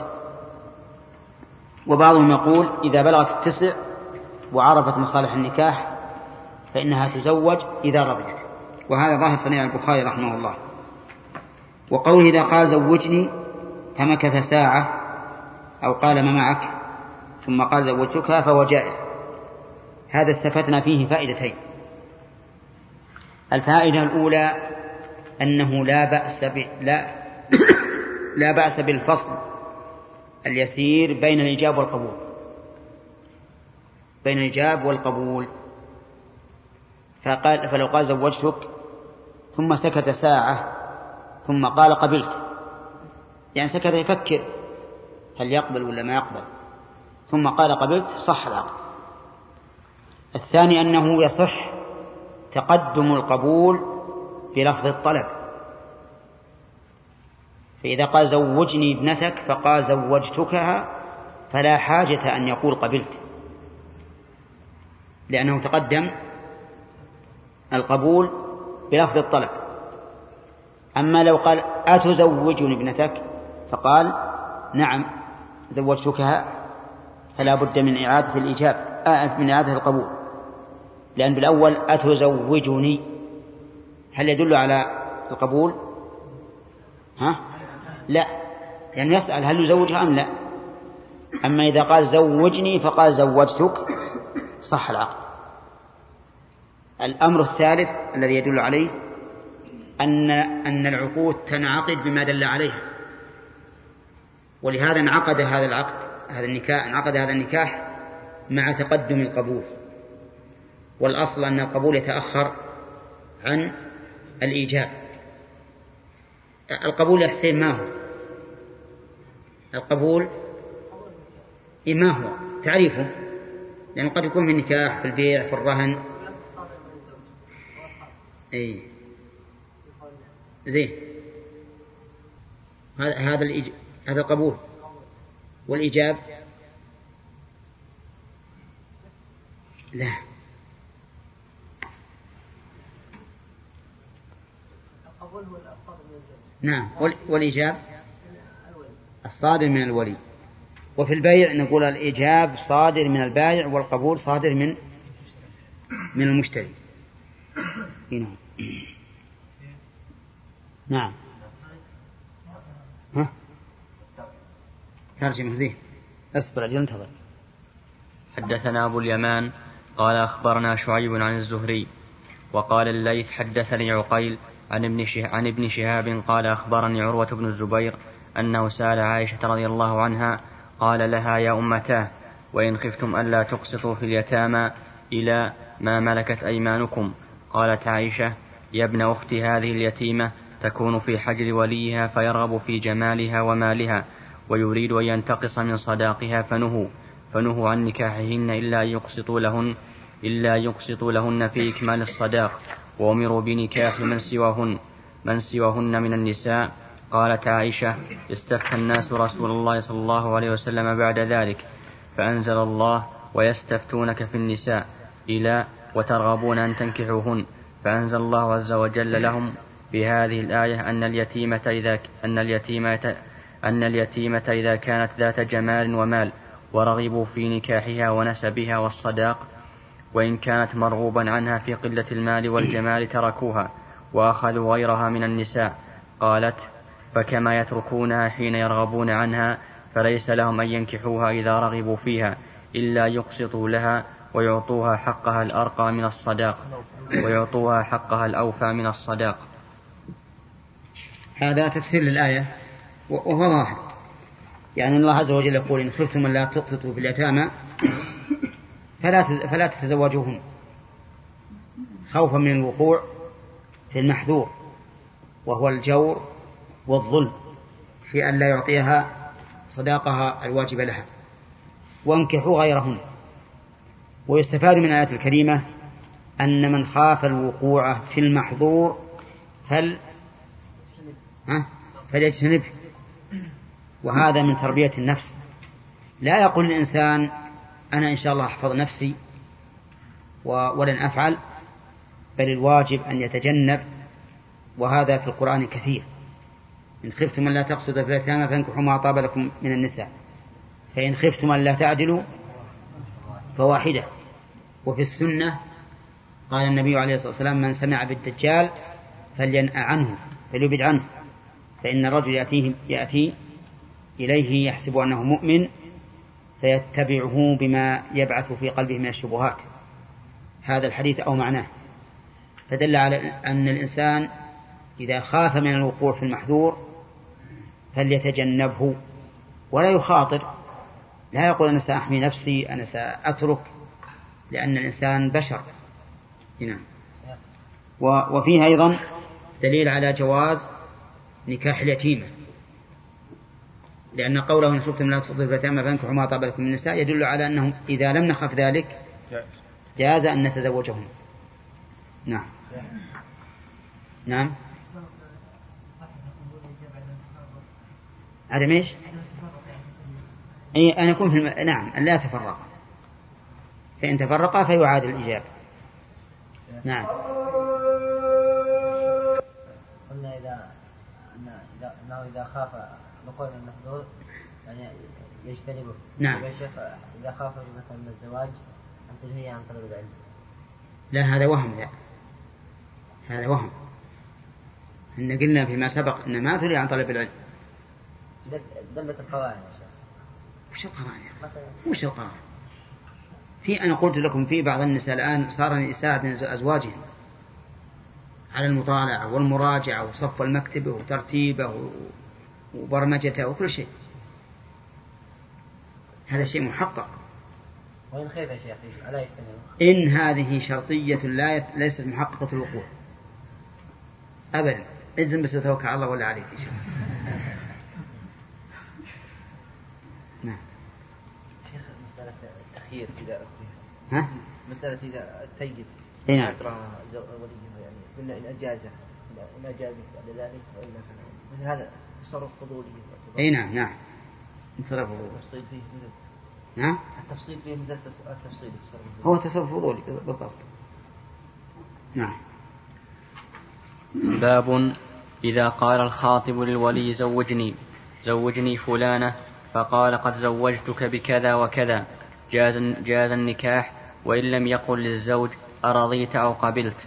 وبعضهم يقول إذا بلغت التسع وعرفت مصالح النكاح فإنها تزوج إذا رضيت، وهذا ظاهر صنيع البخاري رحمه الله. وقوله إذا قال زوجني فمكث ساعة أو قال ما معك ثم قال زوجتك فهو جائز. هذا استفدنا فيه فائدتين. الفائدة الأولى أنه لا بأس ب... لا لا بأس بالفصل اليسير بين الإجاب والقبول، بين الإجاب والقبول. فقال فلو قال زوجتك ثم سكت ساعة ثم قال قبلت، يعني سكت يفكر هل يقبل ولا ما يقبل، ثم قال قبلت، صح العقد. الثاني أنه يصح تقدم القبول بلفظ الطلب، فإذا قال زوجني ابنتك فقال زوجتكها فلا حاجة أن يقول قبلت، لأنه تقدم القبول بلفظ الطلب. أما لو قال أتزوجني ابنتك فقال نعم زوجتكها، فلا بد من إعادة الإجابة آه من إعادة القبول، لأن بالأول أتزوجني هل يدل على القبول؟ ها؟ لا، يعني يسأل هل يزوجها أم لا. أما إذا قال زوجني فقال زوجتك صح العقد. الأمر الثالث الذي يدل عليه أن أن العقود تنعقد بما دل عليها، ولهذا انعقد هذا العقد هذا النكاح انعقد هذا النكاح مع تقدم القبول، والأصل أن القبول يتأخر عن الإيجاب. القبول يا حسين ما هو؟ القبول إيه ما هو تعريفه؟ لأنه قد يكون في النكاح، في البيع، في الرهن. أي زين، هذا هذا الإج... هذا القبول. والإيجاب لا. القبول هو الصادر من الزوج. نعم. والإيجاب الصادر من الولي. وفي البيع نقول الإيجاب صادر من البائع والقبول صادر من من المشتري. هنا. نعم. ها ترجمة زين. اصبر أجل انتظر. حدثنا أبو اليمان قال أخبرنا شعيب عن الزهري وقال الليث حدثني عقيل عن ابن عن ابن شهاب قال أخبرني عروة بن الزبير أنه سأل عائشة رضي الله عنها قال لها يا أمتاه وإن خفتم ألا تقسطوا في اليتامى إلى ما ملكت أيمانكم. قالت عائشة يا ابن أختي هذه اليتيمة تكون في حجر وليها فيرغب في جمالها ومالها ويريد أن ينتقص من صداقها فنهوا فنهوا عن نكاحهن إلا يقسطوا لهن إلا يقسطوا لهن في إكمال الصداق وأمروا بنكاح من سواهن من سواهن من النساء. قالت عائشة استفتى الناس رسول الله صلى الله عليه وسلم بعد ذلك فأنزل الله ويستفتونك في النساء إلى وترغبون أن تنكحوهن فأنزل الله عز وجل لهم بهذه الآية أن اليتيمة إذا أن اليتيمة أن اليتيمة إذا كانت ذات جمال ومال ورغبوا في نكاحها ونسبها والصداق وإن كانت مرغوبا عنها في قلة المال والجمال تركوها وأخذوا غيرها من النساء. قالت فكما يتركونها حين يرغبون عنها فليس لهم أن ينكحوها إذا رغبوا فيها إلا يقسطوا لها ويعطوها حقها الأرقى من الصداق ويعطوها حقها الأوفى من الصداق. هذا تفسير للآية وهو ظاهر، يعني الله عز وجل يقول إن خفتم لا تقسطوا في اليتامى فلا فلا تتزوجوهن خوفا من الوقوع في المحذور وهو الجور والظلم في أن لا يعطيها صداقها الواجب لها وانكحوا غيرهن. ويستفاد من الآية الكريمة أن من خاف الوقوع في المحظور فل فليجتنبه، وهذا من تربية النفس. لا يقول الإنسان أنا إن شاء الله أحفظ نفسي ولن أفعل، بل الواجب أن يتجنب، وهذا في القرآن كثير. إن خفتم أن لا تقصدوا في اليتامى فانكحوا ما طاب لكم من النساء فإن خفتم أن لا تعدلوا فواحدة. وفي السنة قال النبي عليه الصلاة والسلام من سمع بالدجال فلينأ عنه فليبعد عنه فإن الرجل يأتيه يأتي إليه يحسب أنه مؤمن فيتبعه بما يبعث في قلبه من الشبهات. هذا الحديث أو معناه فدل على أن الإنسان إذا خاف من الوقوع في المحذور فليتجنبه ولا يخاطر. لا يقول أنا سأحمي نفسي أنا سأترك، لأن الإنسان بشر. هنا وفيها أيضا دليل على جواز نكاح اليتيمة، لأن قوله إن خفتم لا تقسطوا في اليتامى فانكحوا ما طاب لكم من النساء يدل على أنه إذا لم نخف ذلك جاز أن نتزوجهم. نعم نعم هذا ميش أي أن يكون في الم... نعم أن لا يتفرق، فإن تفرقا فيعاد الإجابة. نعم قلنا إذا أنه إذا خاف نقول المحظور يعني يجتنبه. نعم. يا شيخ إذا خاف مثلا من الزواج أن تنهي عن طلب العلم. لا هذا وهم، لا هذا وهم. إن قلنا فيما سبق إن ما تنهي عن طلب العلم. دلت القرائن يا شيخ. وش القرائن؟ وش القرائن؟ في أنا قلت لكم في بعض النساء الآن صار يساعد أزواجهم على المطالعة والمراجعة وصف المكتبة وترتيبه وبرمجته وكل شيء. هذا شيء محقق. وإن خيف يا شيخ ألا يفتنه؟ إن هذه شرطية لا يت... ليست محققة الوقوع. أبدا، اجزم بس توكل على الله ولا عليك إن شاء الله. نعم. شيخ مسألة التخيير إذا ها؟ مسألة إذا التيجد إيه نعم. وليه يعني قلنا إن أجازه إن أجازه بعد ذلك وإلا مثل هذا تصرف فضولي. إيه نعم نعم. تصرف فضولي. التفصيل فيه مثل. نعم. التفصيل فيه مثل التفصيل في هو تصرف فضولي بالضبط. نعم. باب إذا قال الخاطب للولي زوجني زوجني فلانة فقال قد زوجتك بكذا وكذا جاز, جاز النكاح وإن لم يقل للزوج أرضيت أو قبلت.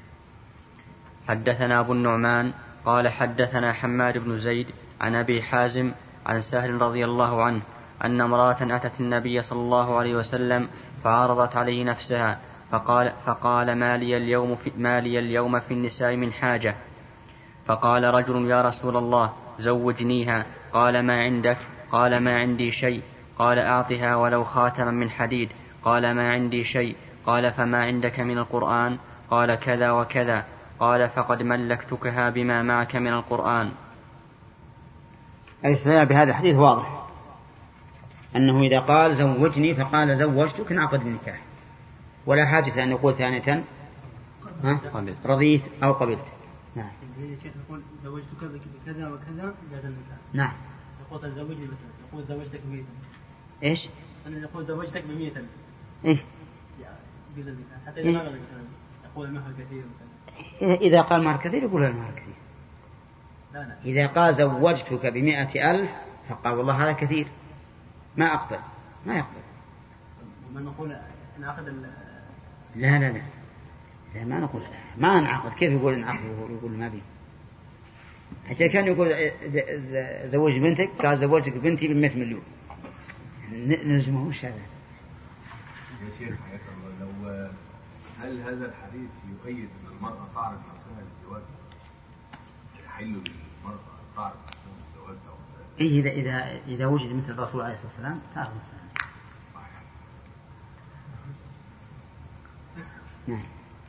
حدثنا أبو النعمان قال حدثنا حماد بن زيد عن أبي حازم عن سهل رضي الله عنه أن امرأة أتت النبي صلى الله عليه وسلم فعرضت عليه نفسها فقال, فقال ما لي اليوم في, ما لي اليوم في النساء من حاجة. فقال رجل يا رسول الله زوجنيها. قال ما عندك؟ قال ما عندي شيء. قال أعطها ولو خاتما من حديد. قال ما عندي شيء. قال فما عندك من القرآن؟ قال كذا وكذا. قال فقد ملكتكها بما معك من القرآن. الاستدلال بهذا الحديث واضح أنه إذا قال زوجني فقال زوجتك انعقد النكاح ولا حاجة أن يقول ثانية رضيت أو قبلت. نعم. يقول زوجتك بكذا وكذا جاز النكاح. نعم. يقول زوجني مثلا يقول زوجتك بميتا. إيش؟ أنا يقول زوجتك بميتا. إيه؟ جاز النكاح حتى إذا قال يقول المهر كثير. إذا قال مهر كثير يقول المهر كثير. لا لا. إذا قال زوجتك بمئة ألف فقال والله هذا كثير ما أقبل ما يقبل. ومن نقول نعقد ال لا لا لا لا ما نقول ما نعقد. كيف يقول نعقد ويقول ما بي؟ حتى كان يقول زوج بنتك قال زوجتك بنتي بمئة مليون نلزمه وش هذا؟ يا شيخ حياك الله لو هل هذا الحديث يؤيد أن المرأة تعرض نفسها للزواج؟ يحل للمرأة تعرض نفسها للزواج؟ إيه إذا إذا إذا وجد مثل الرسول عليه الصلاة والسلام تعرض نفسها. نعم.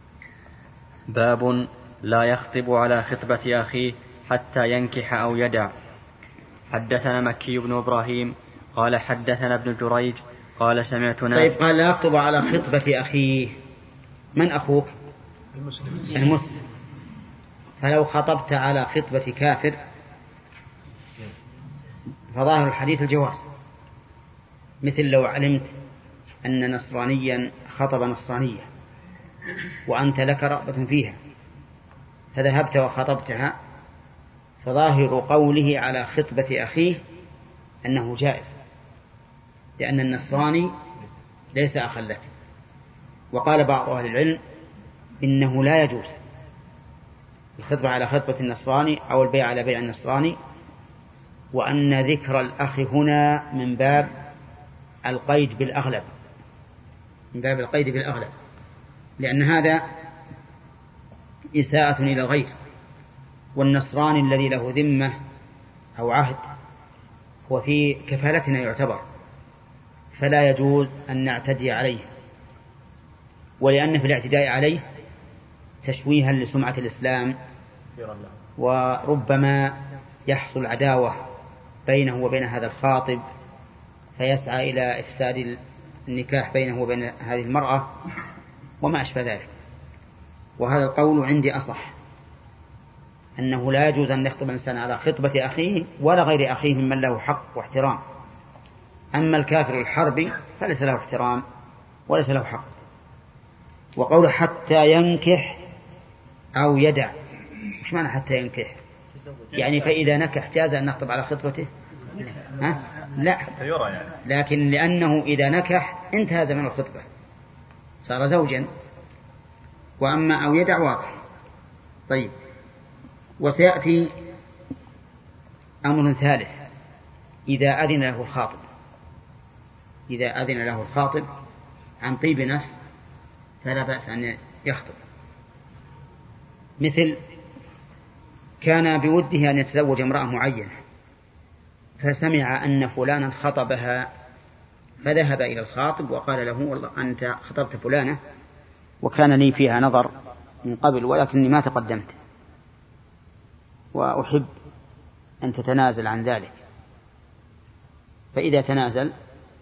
باب لا يخطب على خطبة أخيه حتى ينكح أو يدع. حدثنا مكي بن إبراهيم قال حدثنا ابن جريج قال سمعت نافع. طيب قال لا يخطب على خطبة أخيه. من أخوك؟ المسلم. المسلم. فلو خطبت على خطبة كافر فظاهر الحديث الجواز، مثل لو علمت أن نصرانيا خطب نصرانية وأنت لك رغبة فيها فذهبت وخطبتها فظاهر قوله على خطبة أخيه أنه جائز، لأن النصراني ليس أخا لك. وقال بعض أهل العلم إنه لا يجوز الخطبة على خطبة النصراني أو البيع على بيع النصراني، وأن ذكر الأخ هنا من باب القيد بالأغلب من باب القيد بالأغلب لأن هذا إساءة إلى الغير، والنصراني الذي له ذمة أو عهد هو في كفالتنا يعتبر، فلا يجوز أن نعتدي عليه، ولأن في الاعتداء عليه تشويها لسمعة الإسلام وربما يحصل عداوة بينه وبين هذا الخاطب فيسعى إلى إفساد النكاح بينه وبين هذه المرأة وما أشبه ذلك. وهذا القول عندي أصح، أنه لا يجوز أن يخطب الإنسان على خطبة أخيه ولا غير أخيه ممن له حق واحترام. أما الكافر الحربي فليس له احترام وليس له حق. وقول حتى ينكح أو يدع، مش معنى حتى ينكح؟ يعني فإذا نكح جاز أن نخطب على خطبته؟ ها؟ لا، لكن لأنه إذا نكح انتهى زمن الخطبة صار زوجا. وأما أو يدع واضح. طيب، وسيأتي أمر ثالث إذا أذن له الخاطب إذا أذن له الخاطب عن طيب نفس فلا بأس أن يخطب. مثل كان بوده أن يتزوج امرأة معينة فسمع أن فلانا خطبها فذهب إلى الخاطب وقال له والله أنت خطبت فلانة وكان لي فيها نظر من قبل ولكني ما تقدمت، وأحب أن تتنازل عن ذلك، فإذا تنازل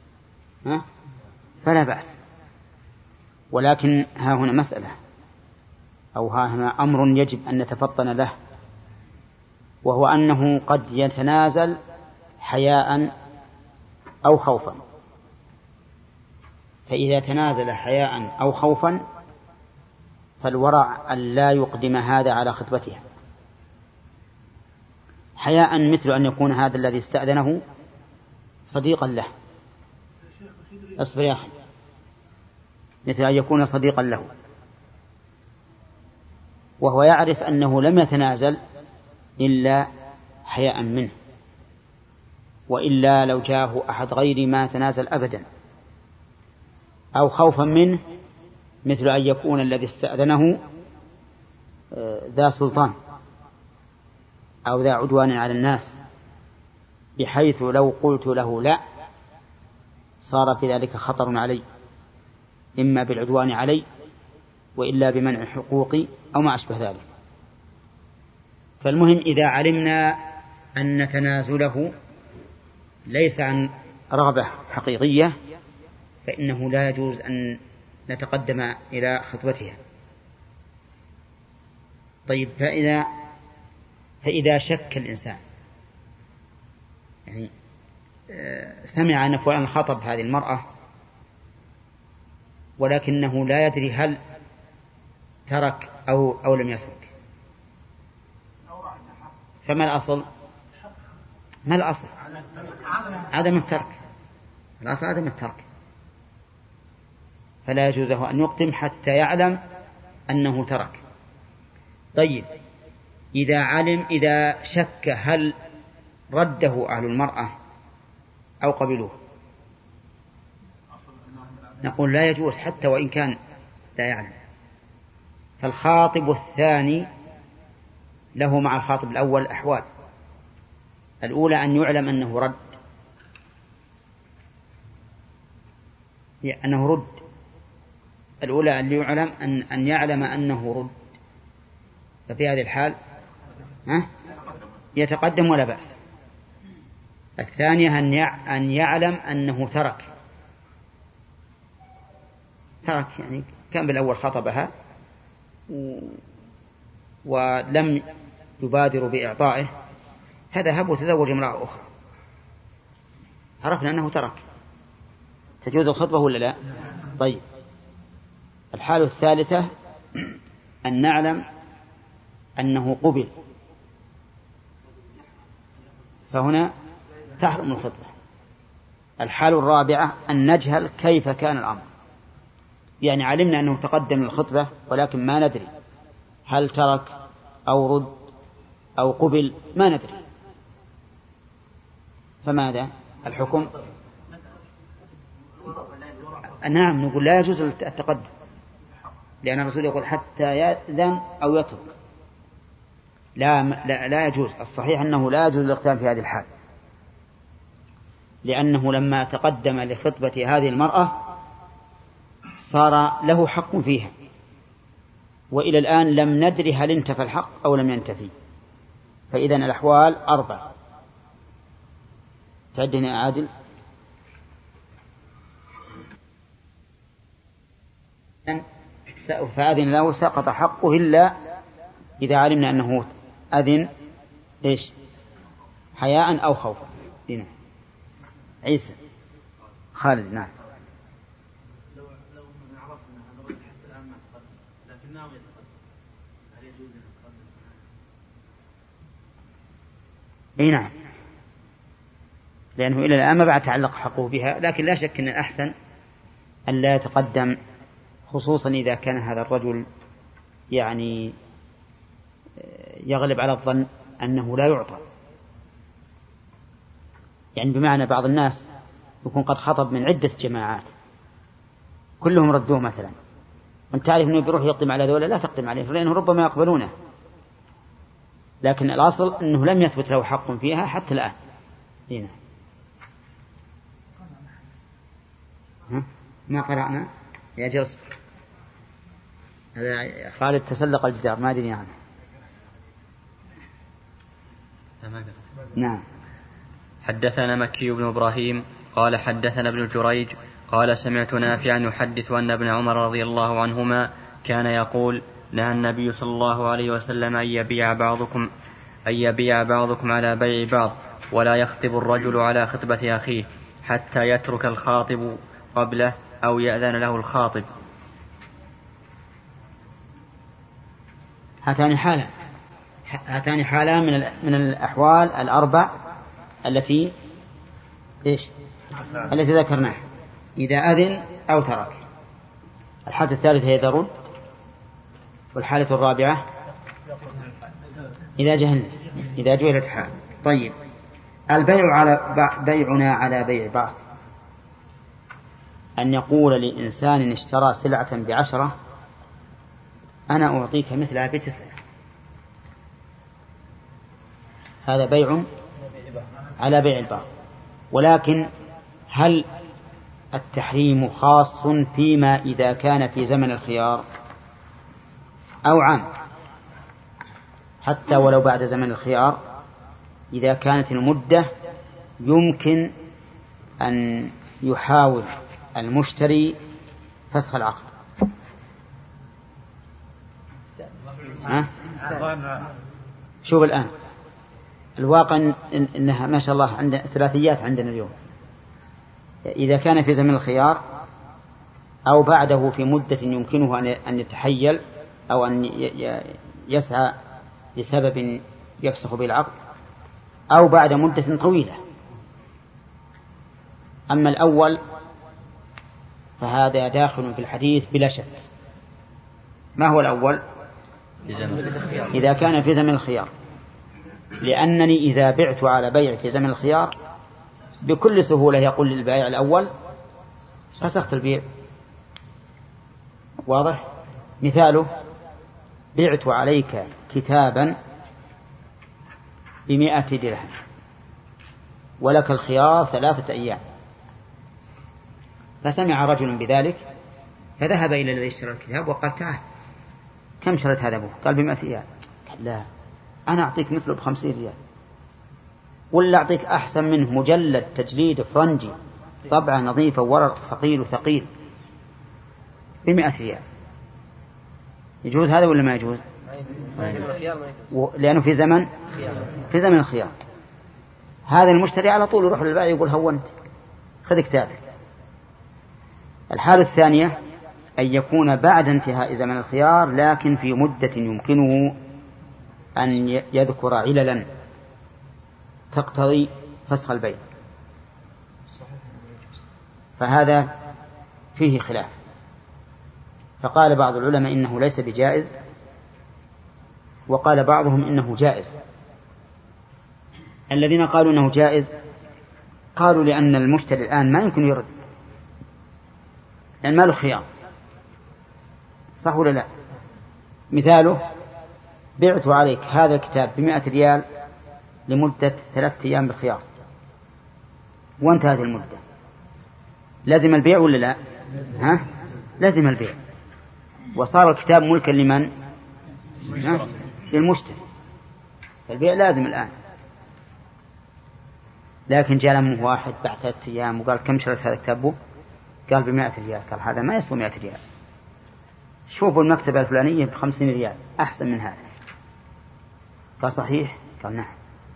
فلا بأس. ولكن ها هنا مسألة أو ها هنا أمر يجب أن نتفطن له، وهو أنه قد يتنازل حياء أو خوفا. فإذا تنازل حياء أو خوفا فالورع أن لا يقدم هذا على خطبتها. حياء مثل أن يكون هذا الذي استأذنه صديقا له، أصبر يا أخي، مثل أن يكون صديقا له وهو يعرف أنه لم يتنازل إلا حياء منه، وإلا لو جاءه أحد غير ما تنازل أبدا. أو خوفا منه مثل أن يكون الذي استأذنه ذا سلطان أو ذا عدوان على الناس، بحيث لو قلت له لا صار في ذلك خطر علي، إما بالعدوان علي وإلا بمنع حقوقي أو ما أشبه ذلك. فالمهم إذا علمنا أن تنازله ليس عن رغبة حقيقية فإنه لا يجوز أن نتقدم إلى خطبتها. طيب، فإذا فإذا شك الإنسان، يعني سمع أن فلان خطب هذه المرأة ولكنه لا يدري هل ترك أو أو لم يترك، فما الأصل؟ ما الأصل؟ عدم الترك. الأصل عدم الترك، فلا يجوز له أن يقدم حتى يعلم أنه ترك. طيب، إذا علم إذا شك هل رده أهل المرأة أو قبلوه، نقول لا يجوز حتى وإن كان لا يعلم. فالخاطب الثاني له مع الخاطب الأول أحوال. الأولى أن يعلم أنه رد، أنه رد الأولى أن يعلم أن أن يعلم أنه رد، ففي هذه الحال يتقدم ولا بأس. الثانية أن يعلم أنه ترك ترك يعني كان بالأول خطبها ولم يبادر بإعطائه، فذهب وتزوج امرأة أخرى، عرفنا أنه ترك، تجوز الخطبة ولا لا؟ طيب، الحالة الثالثة أن نعلم أنه قبل، فهنا تحرم الخطبة. الحالة الرابعة أن نجهل كيف كان الأمر، يعني علمنا أنه تقدم الخطبة ولكن ما ندري هل ترك أو رد أو قبل، ما ندري، فماذا الحكم؟ نعم، نقول لا يجوز التقدم، لأن الرسول يقول حتى يأذن أو يترك. لا, لا, لا يجوز. الصحيح أنه لا يجوز الاقتدام في هذه الحال، لأنه لما تقدم لخطبة هذه المرأة صار له حق فيها، وإلى الآن لم ندري هل انتفى الحق أو لم ينتفي. فإذا الأحوال أربع. تعدني عادل. فأذن له سقط حقه إلا إذا علمنا أنه أذن إيش حياء أو خوفا. هنا عيسى خالد. نعم. لو لو من عرف أن هذا الرجل حتى الآن ما تقدم لكنه يتقدم، هل يجوز أن يتقدم؟ أي نعم، لأنه إلى الآن ما بعد تعلق حقه بها، لكن لا شك أن الأحسن أن لا يتقدم، خصوصا إذا كان هذا الرجل يعني يغلب على الظن أنه لا يعطى، يعني بمعنى بعض الناس يكون قد خطب من عدة جماعات كلهم ردوه مثلا، وانت تعرف أنه بيروح يقدم على ذولا، لا تقدم عليه لأنه ربما يقبلونه، لكن الأصل أنه لم يثبت له حق فيها حتى الآن. هنا ما قرأنا يا جلس هذا خالد تسلق الجدار ما أدري عنه. نعم. حدثنا مكي بن إبراهيم قال حدثنا ابن جريج قال سمعت نافعا يحدث أن ابن عمر رضي الله عنهما كان يقول نهى النبي صلى الله عليه وسلم أن يبيع بعضكم أن يبيع بعضكم على بيع بعض ولا يخطب الرجل على خطبة أخيه حتى يترك الخاطب قبله أو يأذن له الخاطب. هاتان حالة هاتان حالة من من الأحوال الأربع التي إيش التي ذكرناها، إذا أذن أو ترك. الحالة الثالثة هي إذا رد، والحالة الرابعة إذا جهل إذا جهلت حال. طيب، البيع على بيعنا على بيع بعض، أن يقول لإنسان اشترى سلعة بعشرة أنا أعطيك مثلها بتسعة، هذا بيع على بيع البعض. ولكن هل التحريم خاص فيما إذا كان في زمن الخيار أو عام؟ حتى ولو بعد زمن الخيار إذا كانت المدة يمكن أن يحاول المشتري فسخ العقد. ها؟ شوف الآن الواقع إنها ما شاء الله عند ثلاثيات عندنا اليوم، إذا كان في زمن الخيار أو بعده في مدة يمكنه أن يتحيل أو أن يسعى لسبب يفسخ به العقد، أو بعد مدة طويلة. أما الأول فهذا داخل في الحديث بلا شك. ما هو الأول؟ إذا كان في زمن الخيار، لأنني إذا بعت على بيع في زمن الخيار بكل سهولة يقول للبائع الأول فسخت البيع. واضح؟ مثاله بعت عليك كتابا بمئة درهم ولك الخيار ثلاثة أيام، فسمع رجل بذلك فذهب إلى الذي اشترى الكتاب وقال تعال كم شريت هذا أبوه؟ قال بمئة ريال. لا، أنا أعطيك مثله بخمسين ريال، ولا أعطيك أحسن منه مجلد تجليد فرنجي طبعة نظيفة ورق ثقيل وثقيل بمئة ريال. يجوز هذا ولا ما يجوز؟ لأنه في زمن في زمن الخيار. هذا المشتري على طول يروح للبائع يقول هونت خذ كتابك. الحالة الثانية أن يكون بعد انتهاء زمن الخيار لكن في مدة يمكنه أن يذكر عللا تقتضي فسخ البيع، فهذا فيه خلاف. فقال بعض العلماء إنه ليس بجائز، وقال بعضهم إنه جائز. الذين قالوا إنه جائز قالوا لأن المشتري الآن ما يمكن يرد، لأن ما له خيار، صح ولا لا؟ مثاله بعت عليك هذا الكتاب بمئة ريال لمدة ثلاثة أيام بالخيار وانتهت المدة، لازم البيع ولا لا؟ ها؟ لازم البيع، وصار الكتاب ملكا لمن؟ للمشتري، فالبيع لازم الآن. لكن جاء لمه واحد بعد ثلاثة أيام وقال كم شريت هذا الكتاب؟ قال بمئة ريال. قال هذا ما يسوى مئة ريال، شوفوا المكتبة الفلانية بخمسين ريال أحسن من هذا. قال صحيح؟ قال نعم.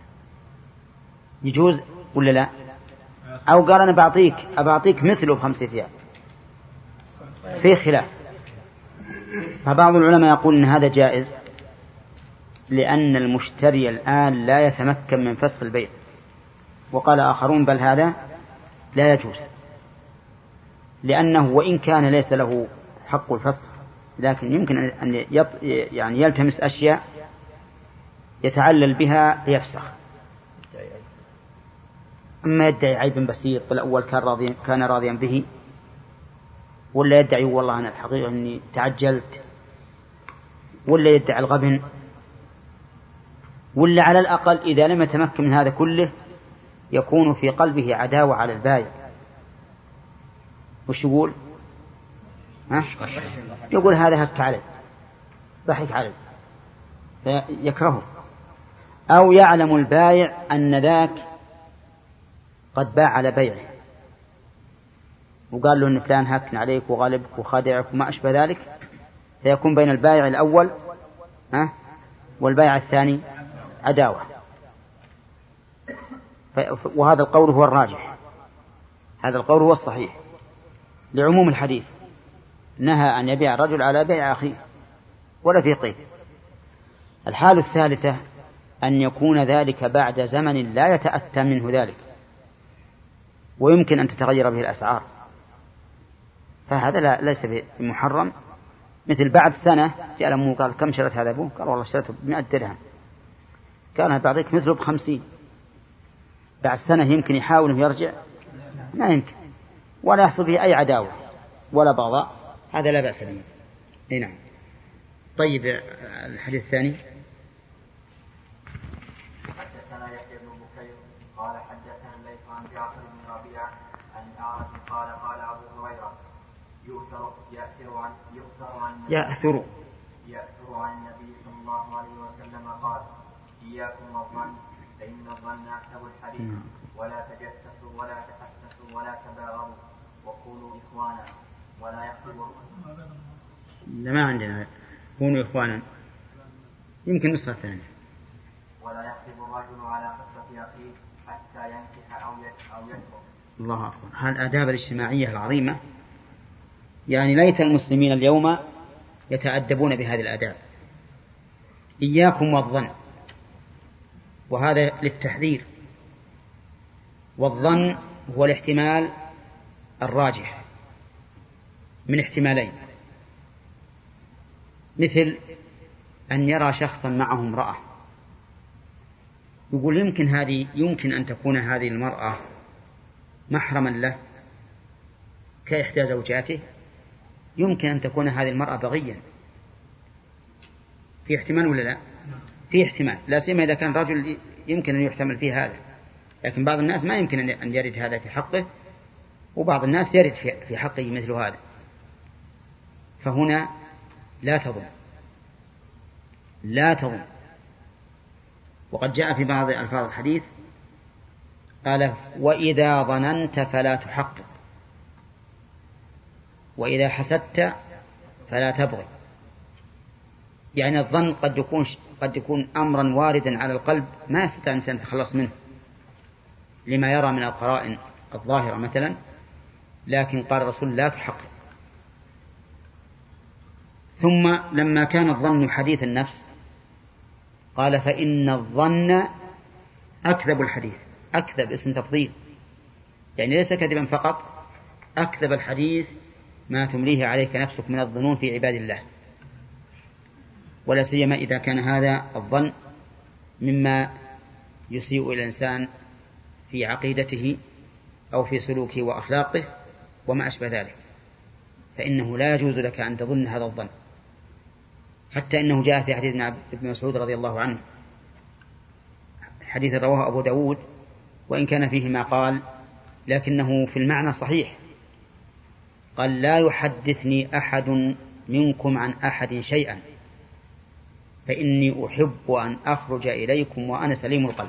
يجوز ولا لا؟ أو قال أنا بعطيك أبعطيك مثله بخمسين ريال، في خلاف. فبعض العلماء يقول إن هذا جائز لأن المشتري الآن لا يتمكن من فسخ البيع، وقال آخرون بل هذا لا يجوز، لأنه وإن كان ليس له حق الفسخ لكن يمكن أن يعني يلتمس أشياء يتعلل بها ليفسخ. أما يدعي عيب بسيط الأول كان راضيا كان راضيا به، ولا يدعي والله أنا الحقيقة أني تعجلت، ولا يدعي الغبن، ولا على الأقل إذا لم يتمكن من هذا كله يكون في قلبه عداوة على البائع. وش يقول؟ ها؟ يقول هذا هك علي، ضحك علي، فيكرهه. أو يعلم البائع أن ذاك قد باع على بيعه وقال له أن فلان هكن عليك وغالبك وخادعك وما أشبه ذلك، فيكون بين البائع الأول والبائع الثاني عداوة. وهذا القول هو الراجح، هذا القول هو الصحيح لعموم الحديث، نهى أن يبيع الرجل على بيع أخيه ولا في قيد. الحالة الثالثة أن يكون ذلك بعد زمن لا يتأتى منه ذلك ويمكن أن تتغير به الأسعار، فهذا لا ليس بمحرم. مثل بعد سنة جاء أمه قال كم شريت هذا أبوه؟ قال والله اشتريته بمئة درهم. قال بعضك مثله بخمسين. بعد سنة يمكن يحاول أن يرجع؟ ما يمكن، ولا يحصل به أي عداوة ولا بغضاء، هذا لا بأس به. اي نعم. طيب الحديث الثاني. حدثنا يحيى بن بكير قال حدثنا الليث عن جعفر بن ربيعة عن الأعرج قال قال أبو هريرة يؤثر يأثر عن يؤثر عن يأثر يأثر عن النبي صلى الله عليه وسلم قال إياكم والظن فإن الظن أكذب الحديث ولا تجسسوا ولا تحسسوا ولا تباغضوا وكونوا إخوانا ولا يخطب. ما عندنا كونوا إخوانا، يمكن نسخة ثانية. ولا يخطب الرجل على خطبة أخيه حتى ينكح أو يكفر. الله أكبر. هذه الآداب الاجتماعية العظيمة، يعني ليت المسلمين اليوم يتأدبون بهذه الآداب. إياكم والظن، وهذا للتحذير، والظن هو الاحتمال الراجح من احتمالين، مثل أن يرى شخصا معه امرأة يقول يمكن هذه يمكن أن تكون هذه المرأة محرما له كإحدى زوجاته، يمكن أن تكون هذه المرأة بغيا. في احتمال ولا لا؟ في احتمال، لا سيما إذا كان رجل يمكن أن يحتمل فيه هذا، لكن بعض الناس ما يمكن أن يرد هذا في حقه، وبعض الناس يرد في حقه مثل هذا. فهنا لا تظن لا تظن وقد جاء في بعض ألفاظ الحديث قال وإذا ظننت فلا تحقق، وإذا حسدت فلا تبغي. يعني الظن قد يكون قد يكون أمرا واردا على القلب ما يستطيع الإنسان يتخلص منه لما يرى من القرائن الظاهرة مثلا، لكن قال الرسول لا تحقق. ثم لما كان الظن حديث النفس قال فإن الظن أكذب الحديث. أكذب اسم تفضيل، يعني ليس كذبا فقط، أكذب الحديث ما تمليه عليك نفسك من الظنون في عباد الله، ولا سيما إذا كان هذا الظن مما يسيء إلى الإنسان في عقيدته أو في سلوكه وأخلاقه وما أشبه ذلك، فإنه لا يجوز لك أن تظن هذا الظن. حتى إنه جاء في حديث ابن مسعود رضي الله عنه، حديث رواه أبو داود وإن كان فيه ما قال لكنه في المعنى صحيح. قال لا يحدثني أحد منكم عن أحد شيئا فإني أحب أن أخرج إليكم وأنا سليم القلب.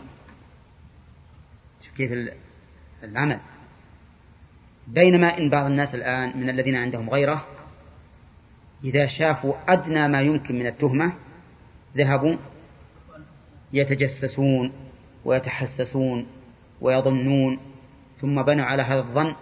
كيف العمل؟ بينما إن بعض الناس الآن من الذين عندهم غيرة إذا شافوا أدنى ما يمكن من التهمة ذهبوا يتجسسون ويتحسسون ويظنون، ثم بنوا على هذا الظن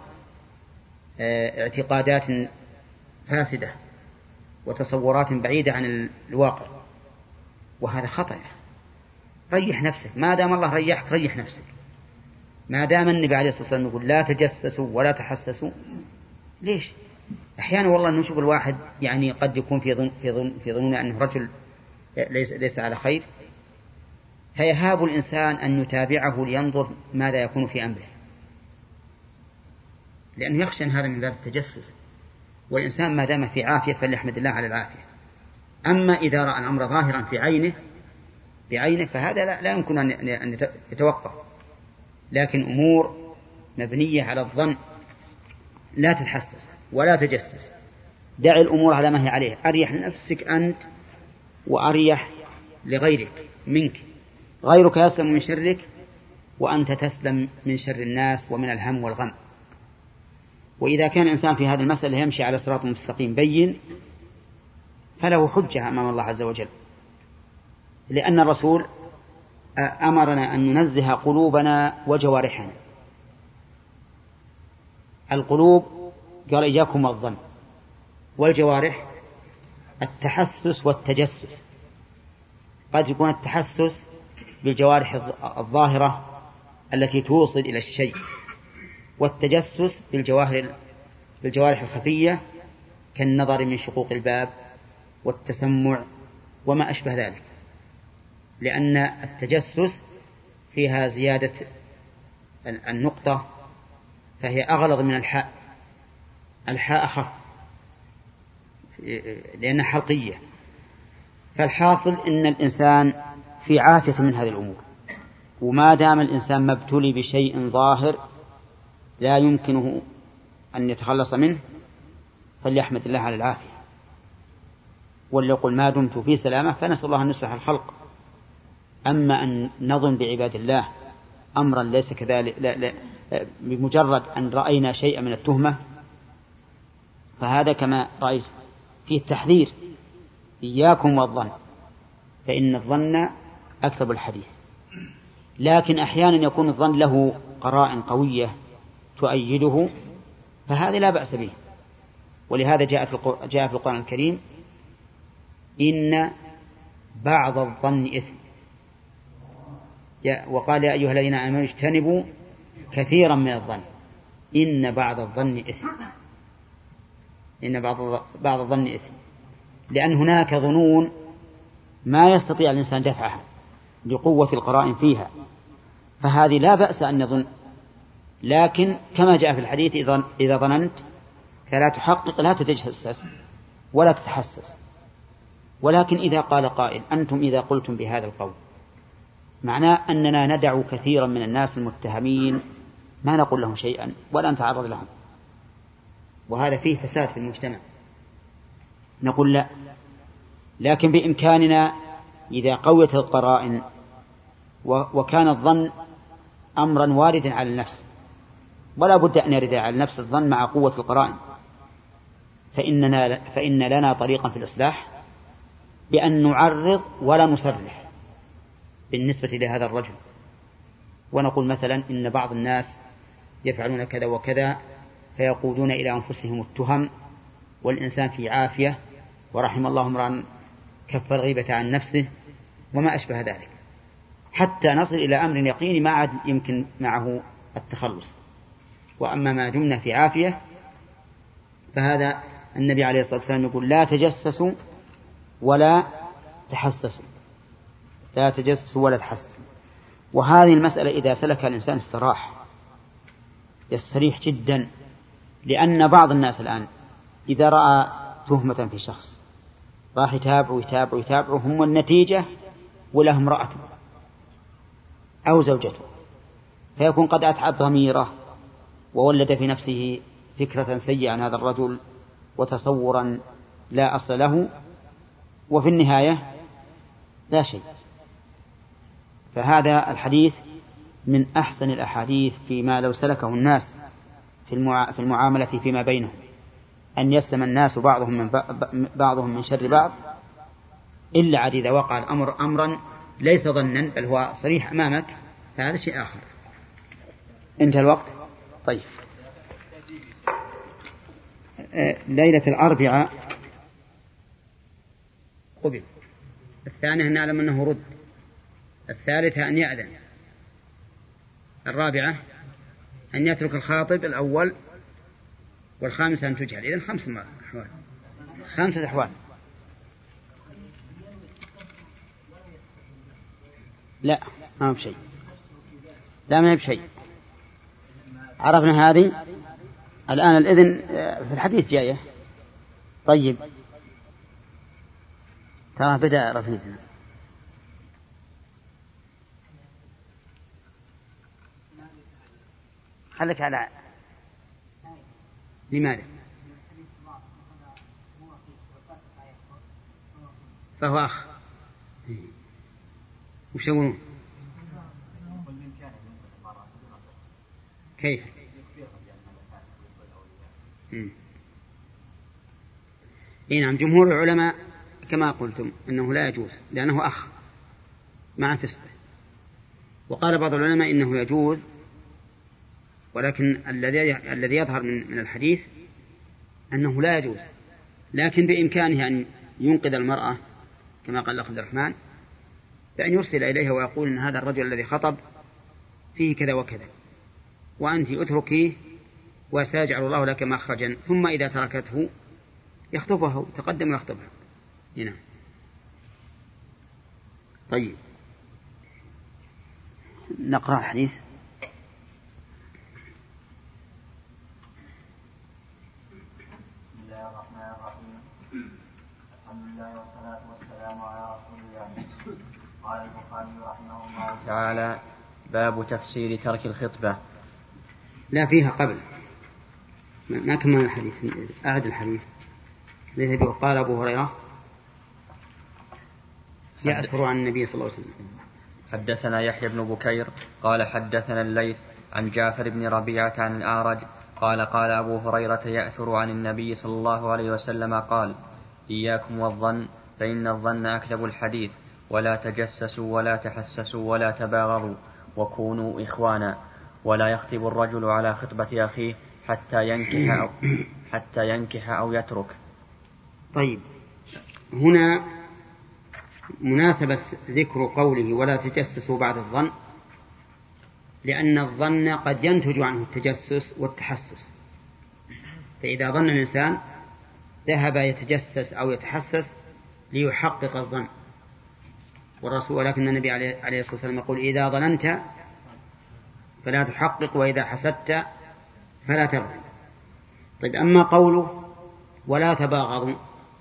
اعتقادات فاسدة وتصورات بعيدة عن الواقع، وهذا خطأ. ريح نفسك، ما دام الله ريحك ريح نفسك. ما دام النبي عليه الصلاة والسلام يقول لا تجسسوا ولا تحسسوا، ليش؟ أحيانا والله نشوف الواحد يعني قد يكون في ظن في ظن في ظنون أنه رجل ليس ليس على خير، فيهاب الإنسان أن يتابعه لينظر ماذا يكون في أمره، لأنه يخشى أن هذا من باب التجسس. والإنسان ما دام في عافية فليحمد الله على العافية. أما إذا رأى الأمر ظاهرا في عينه بعينه فهذا لا, لا يمكن أن يتوقف. لكن أمور مبنية على الظن لا تتحسس ولا تجسس، دع الأمور على ما هي عليه، أريح لنفسك أنت وأريح لغيرك منك. غيرك يسلم من شرك وأنت تسلم من شر الناس ومن الهم والغم. وإذا كان الإنسان في هذه المسألة يمشي على صراط مستقيم بين فله حجة أمام الله عز وجل، لأن الرسول أمرنا أن ننزه قلوبنا وجوارحنا. القلوب قال إياكم الظن، والجوارح التحسس والتجسس. قد يكون التحسس بالجوارح الظاهرة التي توصل إلى الشيء، والتجسس بالجواهر بالجوارح الخفية كالنظر من شقوق الباب والتسمع وما أشبه ذلك، لأن التجسس فيها زيادة النقطة فهي أغلظ من الحاء. الحاء أخف لأنها حلقية. فالحاصل إن الإنسان في عافية من هذه الأمور، وما دام الإنسان مبتلي بشيء ظاهر لا يمكنه أن يتخلص منه فليحمد الله على العافية، وليقول ما دمت في سلامة فنسأل الله أن يصلح الخلق. أما أن نظن بعباد الله أمرا ليس كذلك، لا لا بمجرد أن رأينا شيئا من التهمة فهذا كما رأيت فيه التحذير: إياكم والظن فإن الظن أكذب الحديث. لكن أحيانا يكون الظن له قرائن قوية تؤيده فهذا لا بأس به، ولهذا جاء في القرآن الكريم: إن بعض الظن إثم. وقال: يا أيها الذين آمنوا اجتنبوا كثيرا من الظن إن بعض الظن إثم. إن بعض بعض الظن إثم، لأن هناك ظنون ما يستطيع الإنسان دفعها لقوة القرائن فيها، فهذه لا بأس أن يظن. لكن كما جاء في الحديث: إذا ظننت فلا تحقق، لا تتجسس ولا تتحسس. ولكن إذا قال قائل: أنتم إذا قلتم بهذا القول معناه أننا ندع كثيرا من الناس المتهمين ما نقول لهم شيئا ولا نتعرض لهم، وهذا فيه فساد في المجتمع. نقول لا، لكن بإمكاننا إذا قويت القرائن وكان الظن أمرا واردا على النفس ولا بد أن يرد على النفس الظن مع قوة القرائن، فإننا فإن لنا طريقا في الإصلاح بأن نعرض ولا نصرح بالنسبة لهذا الرجل، ونقول مثلا: إن بعض الناس يفعلون كذا وكذا، فيقودون إلى أنفسهم التهم، والإنسان في عافية، ورحم الله امرأ كف الغيبة عن نفسه، وما أشبه ذلك، حتى نصل إلى أمر يقيني ما عاد يمكن معه التخلص. وأما ما دمنا في عافية فهذا النبي عليه الصلاة والسلام يقول: لا تجسسوا ولا تحسسوا، لا تجسسوا ولا تحسسوا. وهذه المسألة إذا سلكها الإنسان استراح، يستريح جدا، لأن بعض الناس الآن إذا رأى تهمة في شخص راح يتابعوا يتابعوا يتابعوا هم النتيجة وله امرأته أو زوجته، فيكون قد أتعب ضميره وولد في نفسه فكرة سيئة عن هذا الرجل وتصورا لا أصل له، وفي النهاية لا شيء. فهذا الحديث من أحسن الأحاديث فيما لو سلكه الناس في المعاملة فيما بينهم، أن يسلم الناس بعضهم من بعضهم من شر بعض، إلا عاد إذا وقع الأمر أمرا ليس ظنا بل هو صريح أمامك فهذا شيء آخر. انتهى الوقت. طيب، ليلة الأربعاء قبل، الثانية نعلم أنه رد، الثالثة أن يأذن، الرابعة أن يترك الخاطب الأول، والخامسة أن تجهل. إذن خمس أحوال، خمسة أحوال. لا ما هو بشيء، لا ما هو بشيء. عرفنا هذه. الآن الإذن في الحديث جاية. طيب، ترى بدأ رفيزنا. خلك على لماذا؟ فهو أخ. وش يقولون؟ كيف؟ إيه نعم، جمهور العلماء كما قلتم أنه لا يجوز لأنه أخ مع فسقه. وقال بعض العلماء إنه يجوز، ولكن الذي الذي يظهر من من الحديث أنه لا يجوز، لكن بإمكانه أن ينقذ المرأة كما قال عبد الرحمن، بأن يرسل إليها ويقول إن هذا الرجل الذي خطب فيه كذا وكذا، وأنت أتركيه وسيجعل الله لك مخرجا، ثم إذا تركته يخطبها وتقدم ويخطبها. هنا طيب نقرأ الحديث. بسم الله الرحمن الرحيم. الحمد لله والصلاة والسلام على رسول الله. قال البخاري رحمه الله تعالى: باب تفسير ترك الخطبة. لا فيها قبل ما كمل الحديث، أعد الحديث. ليس به قال أبو هريرة يأثر عن النبي صلى الله عليه وسلم. حدثنا يحيى بن بكير قال حدثنا الليث عن جعفر بن ربيعة عن الأعرج قال قال أبو هريرة يأثر عن النبي صلى الله عليه وسلم قال: إياكم والظن فإن الظن أكذب الحديث، ولا تجسسوا ولا تحسسوا ولا تباغضوا، وكونوا إخوانا، ولا يخطب الرجل على خطبة أخيه حتى ينكح أو, حتى ينكح أو يترك. طيب، هنا مناسبة ذكر قوله ولا تجسسوا بعد الظن، لأن الظن قد ينتج عنه التجسس والتحسس، فإذا ظن الإنسان ذهب يتجسس أو يتحسس ليحقق الظن، والرسول ولكن النبي عليه الصلاة والسلام يقول: إذا ظننت فلا تحقق، وإذا حسدت فلا تبغي. طيب، أما قوله ولا تباغضوا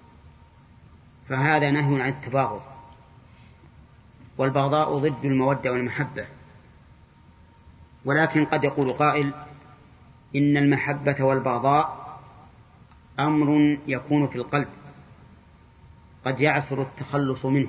فهذا نهي عن التباغض، والبغضاء ضد المودة والمحبة. ولكن قد يقول قائل: إن المحبة والبغضاء أمر يكون في القلب قد يعسر التخلص منه،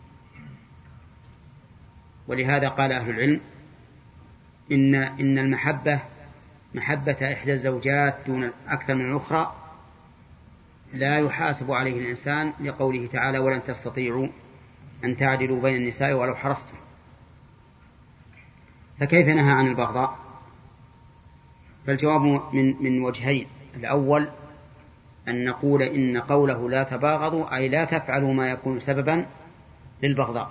ولهذا قال أهل العلم إن إن المحبة محبة إحدى الزوجات دون أكثر من الأخرى لا يحاسب عليه الإنسان، لقوله تعالى: ولن تستطيعوا أن تعدلوا بين النساء ولو حرصتم. فكيف نهى عن البغضاء؟ فالجواب من من وجهين: الأول أن نقول إن قوله لا تباغضوا أي لا تفعلوا ما يكون سببا للبغضاء،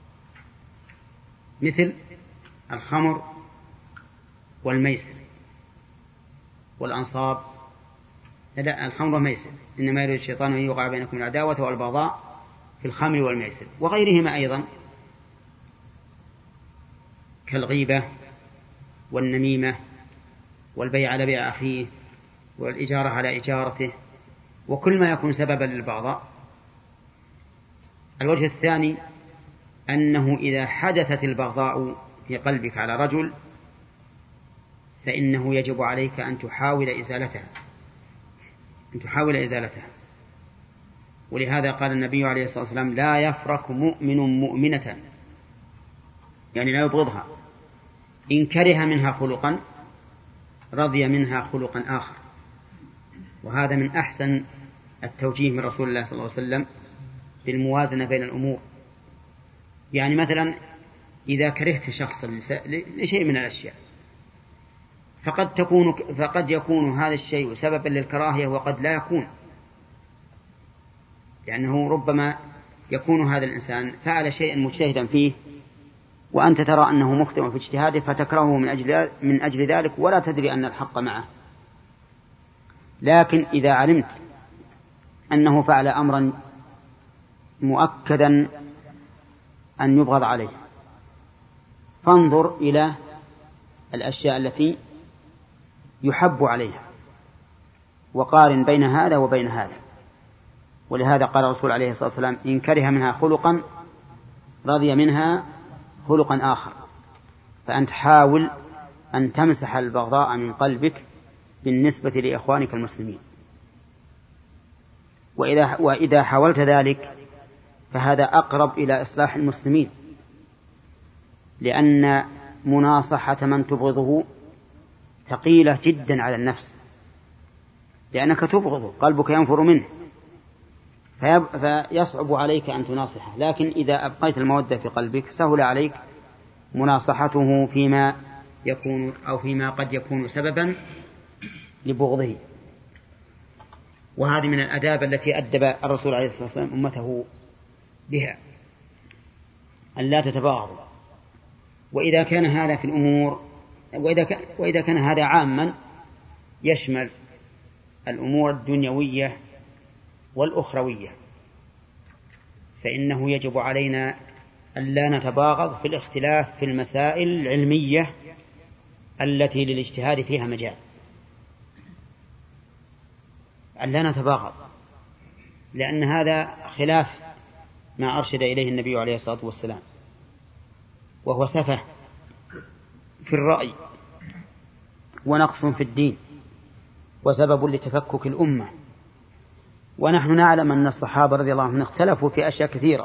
مثل الخمر والميسر والأنصاب. لا، الخمر والميسر إنما يريد الشيطان أن يوقع بينكم العداوة والبغضاء في الخمر والميسر، وغيرهما أيضا كالغيبة والنميمة والبيع على بيع أخيه والإجارة على إجارته، وكل ما يكون سببا للبغضاء. الوجه الثاني أنه إذا حدثت البغضاء في قلبك على رجل فإنه يجب عليك أن تحاول إزالتها أن تحاول إزالتها ولهذا قال النبي عليه الصلاة والسلام: لا يفرق مؤمن مؤمنة، يعني لا يبغضها، إن كره منها خلقا رضي منها خلقا آخر. وهذا من أحسن التوجيه من رسول الله صلى الله عليه وسلم بالموازنة بين الأمور. يعني مثلا إذا كرهت شخصا لشيء من الأشياء فقد تكون فقد يكون هذا الشيء سببا للكراهية وقد لا يكون، لأنه ربما يكون هذا الإنسان فعل شيئا مجتهدا فيه وأنت ترى أنه مخطئ في اجتهاده فتكرهه من أجل من أجل ذلك ولا تدري أن الحق معه. لكن إذا علمت أنه فعل أمرا مؤكدا أن يبغض عليه فانظر إلى الأشياء التي يحب عليها وقارن بين هذا وبين هذا. ولهذا قال الرسول عليه الصلاة والسلام: إن كره منها خلقا رضي منها خلقا آخر. فأنت حاول أن تمسح البغضاء من قلبك بالنسبة لإخوانك المسلمين، وإذا, وإذا حاولت ذلك فهذا أقرب إلى إصلاح المسلمين، لأن مناصحة من تبغضه ثقيلة جدا على النفس، لأنك تبغضه، قلبك ينفر منه، فيصعب عليك أن تناصحه. لكن إذا أبقيت المودة في قلبك سهل عليك مناصحته فيما يكون أو فيما قد يكون سببا لبغضه. وهذه من الآداب التي أدب الرسول عليه الصلاة والسلام أمته بها، أن لا تتباغضوا. وإذا كان هذا في الأمور وإذا كان, وإذا كان هذا عاما يشمل الأمور الدنيوية والأخروية، فإنه يجب علينا أن لا نتباغض في الاختلاف في المسائل العلمية التي للاجتهاد فيها مجال، أن لا نتباغض، لأن هذا خلاف ما أرشد إليه النبي عليه الصلاة والسلام، وهو سفه في الرأي ونقص في الدين وسبب لتفكك الأمة. ونحن نعلم أن الصحابة رضي الله عنهم اختلفوا في أشياء كثيرة،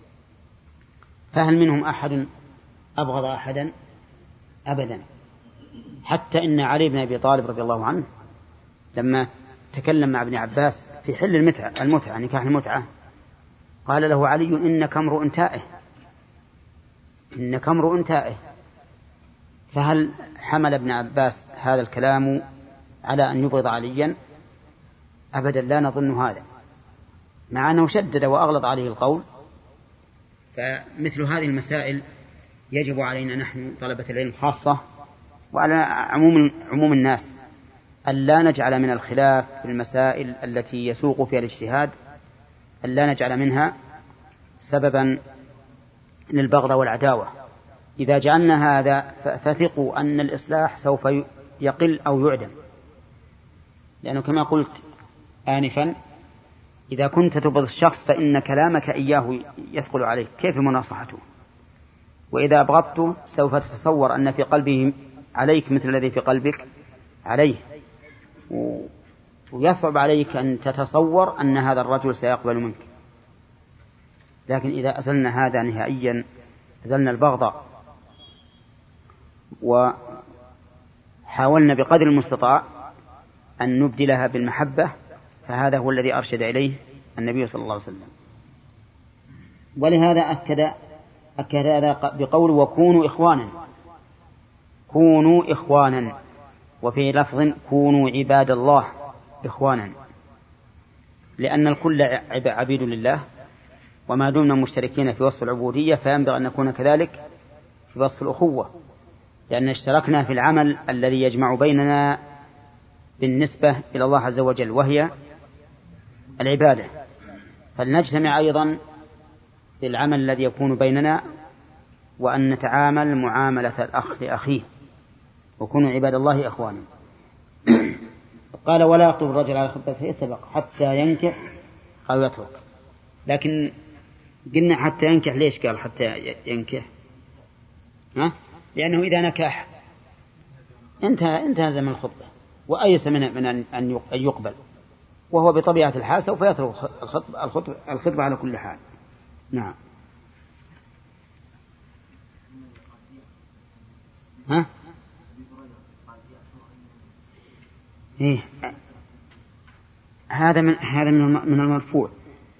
فهل منهم أحد أبغض أحدا؟ أبدا. حتى إن علي بن أبي طالب رضي الله عنه لما تكلم مع ابن عباس في حل المتعة, المتعة نكاح المتعة، قال له علي إنك امرؤ تائه، إنك امرؤ تائه. فهل حمل ابن عباس هذا الكلام على أن يبغض عليا؟ أبدا، لا نظن هذا، مع أنه شدد وأغلظ عليه القول. فمثل هذه المسائل يجب علينا نحن طلبة العلم خاصة وعلى عموم, عموم الناس أن لا نجعل من الخلاف في المسائل التي يسوق فيها الاجتهاد، أن لا نجعل منها سببا للبغض والعداوة. إذا جعلنا هذا فثقوا أن الإصلاح سوف يقل أو يعدم، لأنه كما قلت آنفا إذا كنت تبغض الشخص فإن كلامك إياه يثقل عليك، كيف مناصحته؟ وإذا أبغضته سوف تتصور أن في قلبه عليك مثل الذي في قلبك عليه، ويصعب عليك أن تتصور أن هذا الرجل سيقبل منك. لكن إذا أزلنا هذا نهائيا أزلنا البغضاء وحاولنا بقدر المستطاع أن نبدلها بالمحبة، فهذا هو الذي أرشد إليه النبي صلى الله عليه وسلم. ولهذا أكد أكد هذا بقول وكونوا إخوانا، كونوا إخوانا، وفي لفظ كونوا عباد الله إخوانا، لأن الكل عبيد لله، وما دمنا مشتركين في وصف العبودية فينبغي أن نكون كذلك في وصف الأخوة، لأن اشتركنا في العمل الذي يجمع بيننا بالنسبة إلى الله عز وجل وهي العبادة، فلنجتمع أيضا في العمل الذي يكون بيننا، وأن نتعامل معاملة الأخ لأخيه، وكونوا عباد الله إخوانا. قال ولا يخطب الرجل على خطبة فيسبق حتى ينكح أو يترك. لكن قلنا حتى ينكح، ليش قال حتى ينكح؟ ها؟ لأنه إذا نكح انتهى انتهى زمن الخطبة وأيس من من أن يقبل، وهو بطبيعة الحال سوف يترك الخطبة, الخطبة, الخطبة على كل حال. نعم. ها؟ إيه؟ هذا من هذا من من المرفوع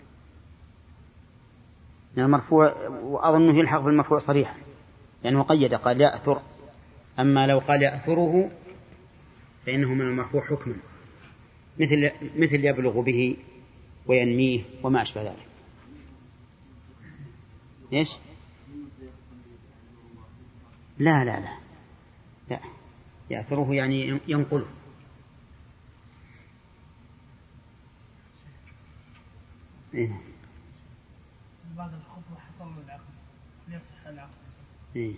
من المرفوع وأظنه يلحق بالمرفوع صريحا، لأنه قيد قال يأثر، أما لو قال يأثره فإنه من المرفوع حكما، مثل مثل يبلغ به وينميه وما أشبه ذلك. إيش؟ لا لا لا لا يأثره يعني ينقله. إيه؟ بعد الخطبة حصل العقد يصح العقد. إيه؟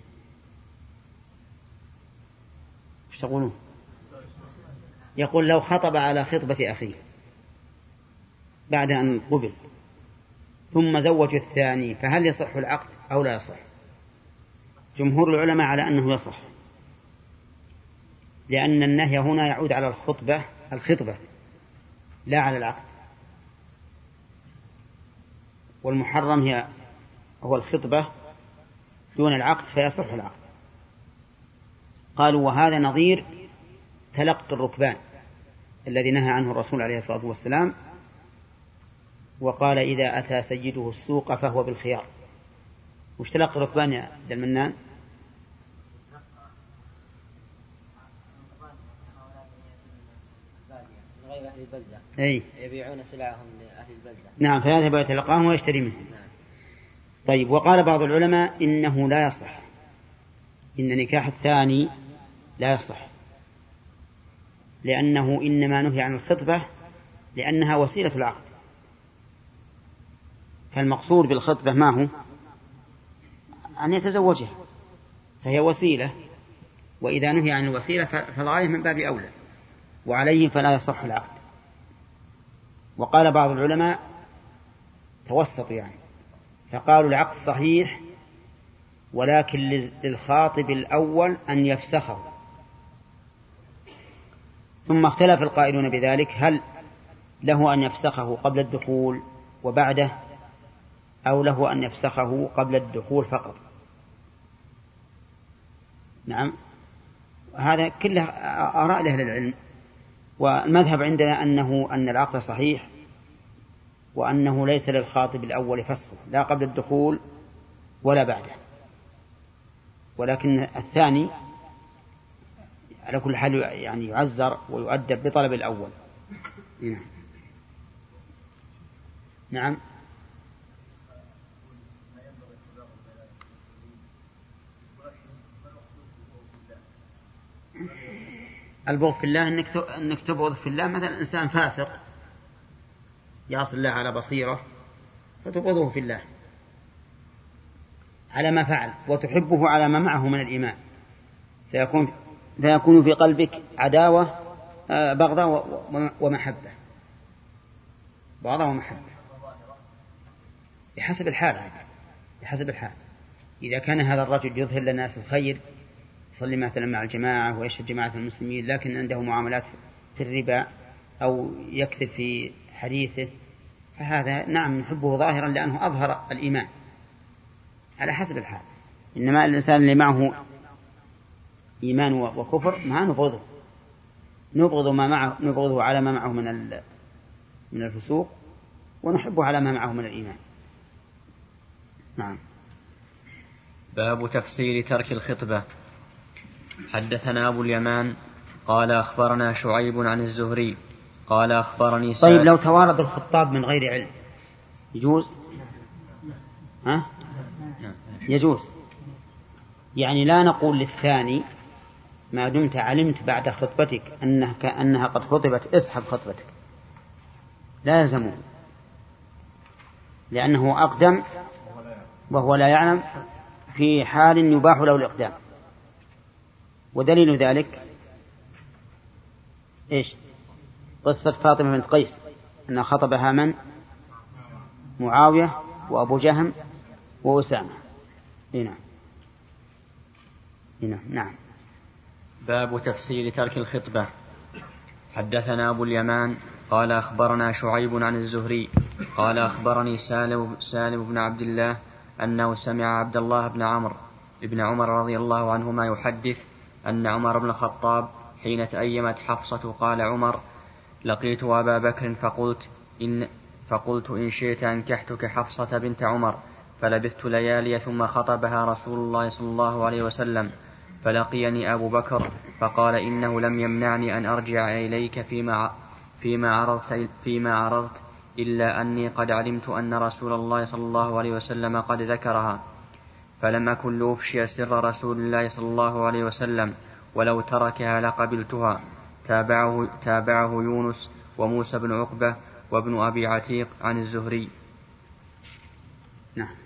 إيش تقولون؟ يقول لو خطب على خطبة أخيه بعد أن قبل ثم زوج الثاني فهل يصح العقد أو لا يصح؟ جمهور العلماء على أنه يصح، لأن النهي هنا يعود على الخطبة الخطبة لا على العقد، والمحرم هي هو الخطبة دون العقد فيصح العقد. قالوا وهذا نظير تلقي الركبان الذي نهى عنه الرسول عليه الصلاة والسلام، وقال إذا أتى سيده السوق فهو بالخيار. وش تلقي الركبان يا عبد المنان؟ غير أهل البلدة أي يبيعون سلعهم لأهل البلدة. نعم، فيذهب يتلقاهم ويشتري منهم. نعم. طيب، وقال بعض العلماء إنه لا يصح، إن نكاح الثاني لا يصح، لأنه إنما نهي عن الخطبة لأنها وسيلة العقد، فالمقصود بالخطبة ما هو؟ أن يتزوجها، فهي وسيلة، وإذا نهي عن الوسيلة فالغاية من باب أولى، وعليه فلا يصح العقد. وقال بعض العلماء توسط يعني، فقالوا العقد صحيح ولكن للخاطب الأول أن يفسخه. ثم اختلف القائلون بذلك، هل له أن يفسخه قبل الدخول وبعده، أو له أن يفسخه قبل الدخول فقط. نعم، هذا كله آراء أهل العلم، والمذهب عندنا أنه أن العقد صحيح، وأنه ليس للخاطب الأول فسخه لا قبل الدخول ولا بعده، ولكن الثاني على كل حال يعني يعزر ويؤدب بطلب الأول. نعم. نعم. البغض في الله أنك تبغض في الله، مثلا إنسان فاسق يعصي الله على بصيرة فتبغضه في الله على ما فعل، وتحبه على ما معه من الإيمان، فيكون فيكون في قلبك عداوة بغضة ومحبة، بغضة ومحبة بحسب الحال. بحسب الحال، إذا كان هذا الرجل يظهر للناس الخير، يصلي مثلا مع الجماعة ويشهد جماعة المسلمين، لكن عنده معاملات في الربا أو يكذب في حديثه، فهذا نعم نحبه ظاهرا لأنه أظهر الإيمان، على حسب الحال. إنما الإنسان اللي معه إيمان وكفر ما نبغضه، نبغض ما معه، نبغضه على ما معه من من الفسوق، ونحبه على ما معه من الإيمان. نعم. باب تفسير ترك الخطبة. حدثنا أبو اليمان قال أخبرنا شعيب عن الزهري قال أخبرني سعد. طيب، لو توارد الخطاب من غير علم يجوز؟ ها؟ يجوز، يعني لا نقول للثاني ما دمت علمت بعد خطبتك أنها, أنها قد خطبت اسحب خطبتك، لا يلزمه، لأنه أقدم وهو لا يعلم في حال يباح له الإقدام. ودليل ذلك إيش؟ قصة فاطمة بنت قيس أن خطبها من؟ معاوية وأبو جهم وأسامة. هنا هنا نعم. باب تفسير ترك الخطبة. حدثنا أبو اليمان قال أخبرنا شعيب عن الزهري قال أخبرني سالم, سالم بن عبد الله أنه سمع عبد الله بن عمرو بن عمر رضي الله عنهما يحدث أن عمر بن الخطاب حين تأيمت حفصة قال عمر لقيت أبا بكر فقلت إن, فقلت إن شئت أنكحتك حفصة بنت عمر، فلبثت ليالي ثم خطبها رسول الله صلى الله عليه وسلم، فلقيني أبو بكر فقال إنه لم يمنعني أن أرجع إليك فيما, فيما, عرضت, فيما عرضت إلا أني قد علمت أن رسول الله صلى الله عليه وسلم قد ذكرها، فلم أكن لأفشي سر رسول الله صلى الله عليه وسلم، ولو تركها لقبلتها. تابعه, تابعه يونس وموسى بن عقبة وابن أبي عتيق عن الزهري. نعم.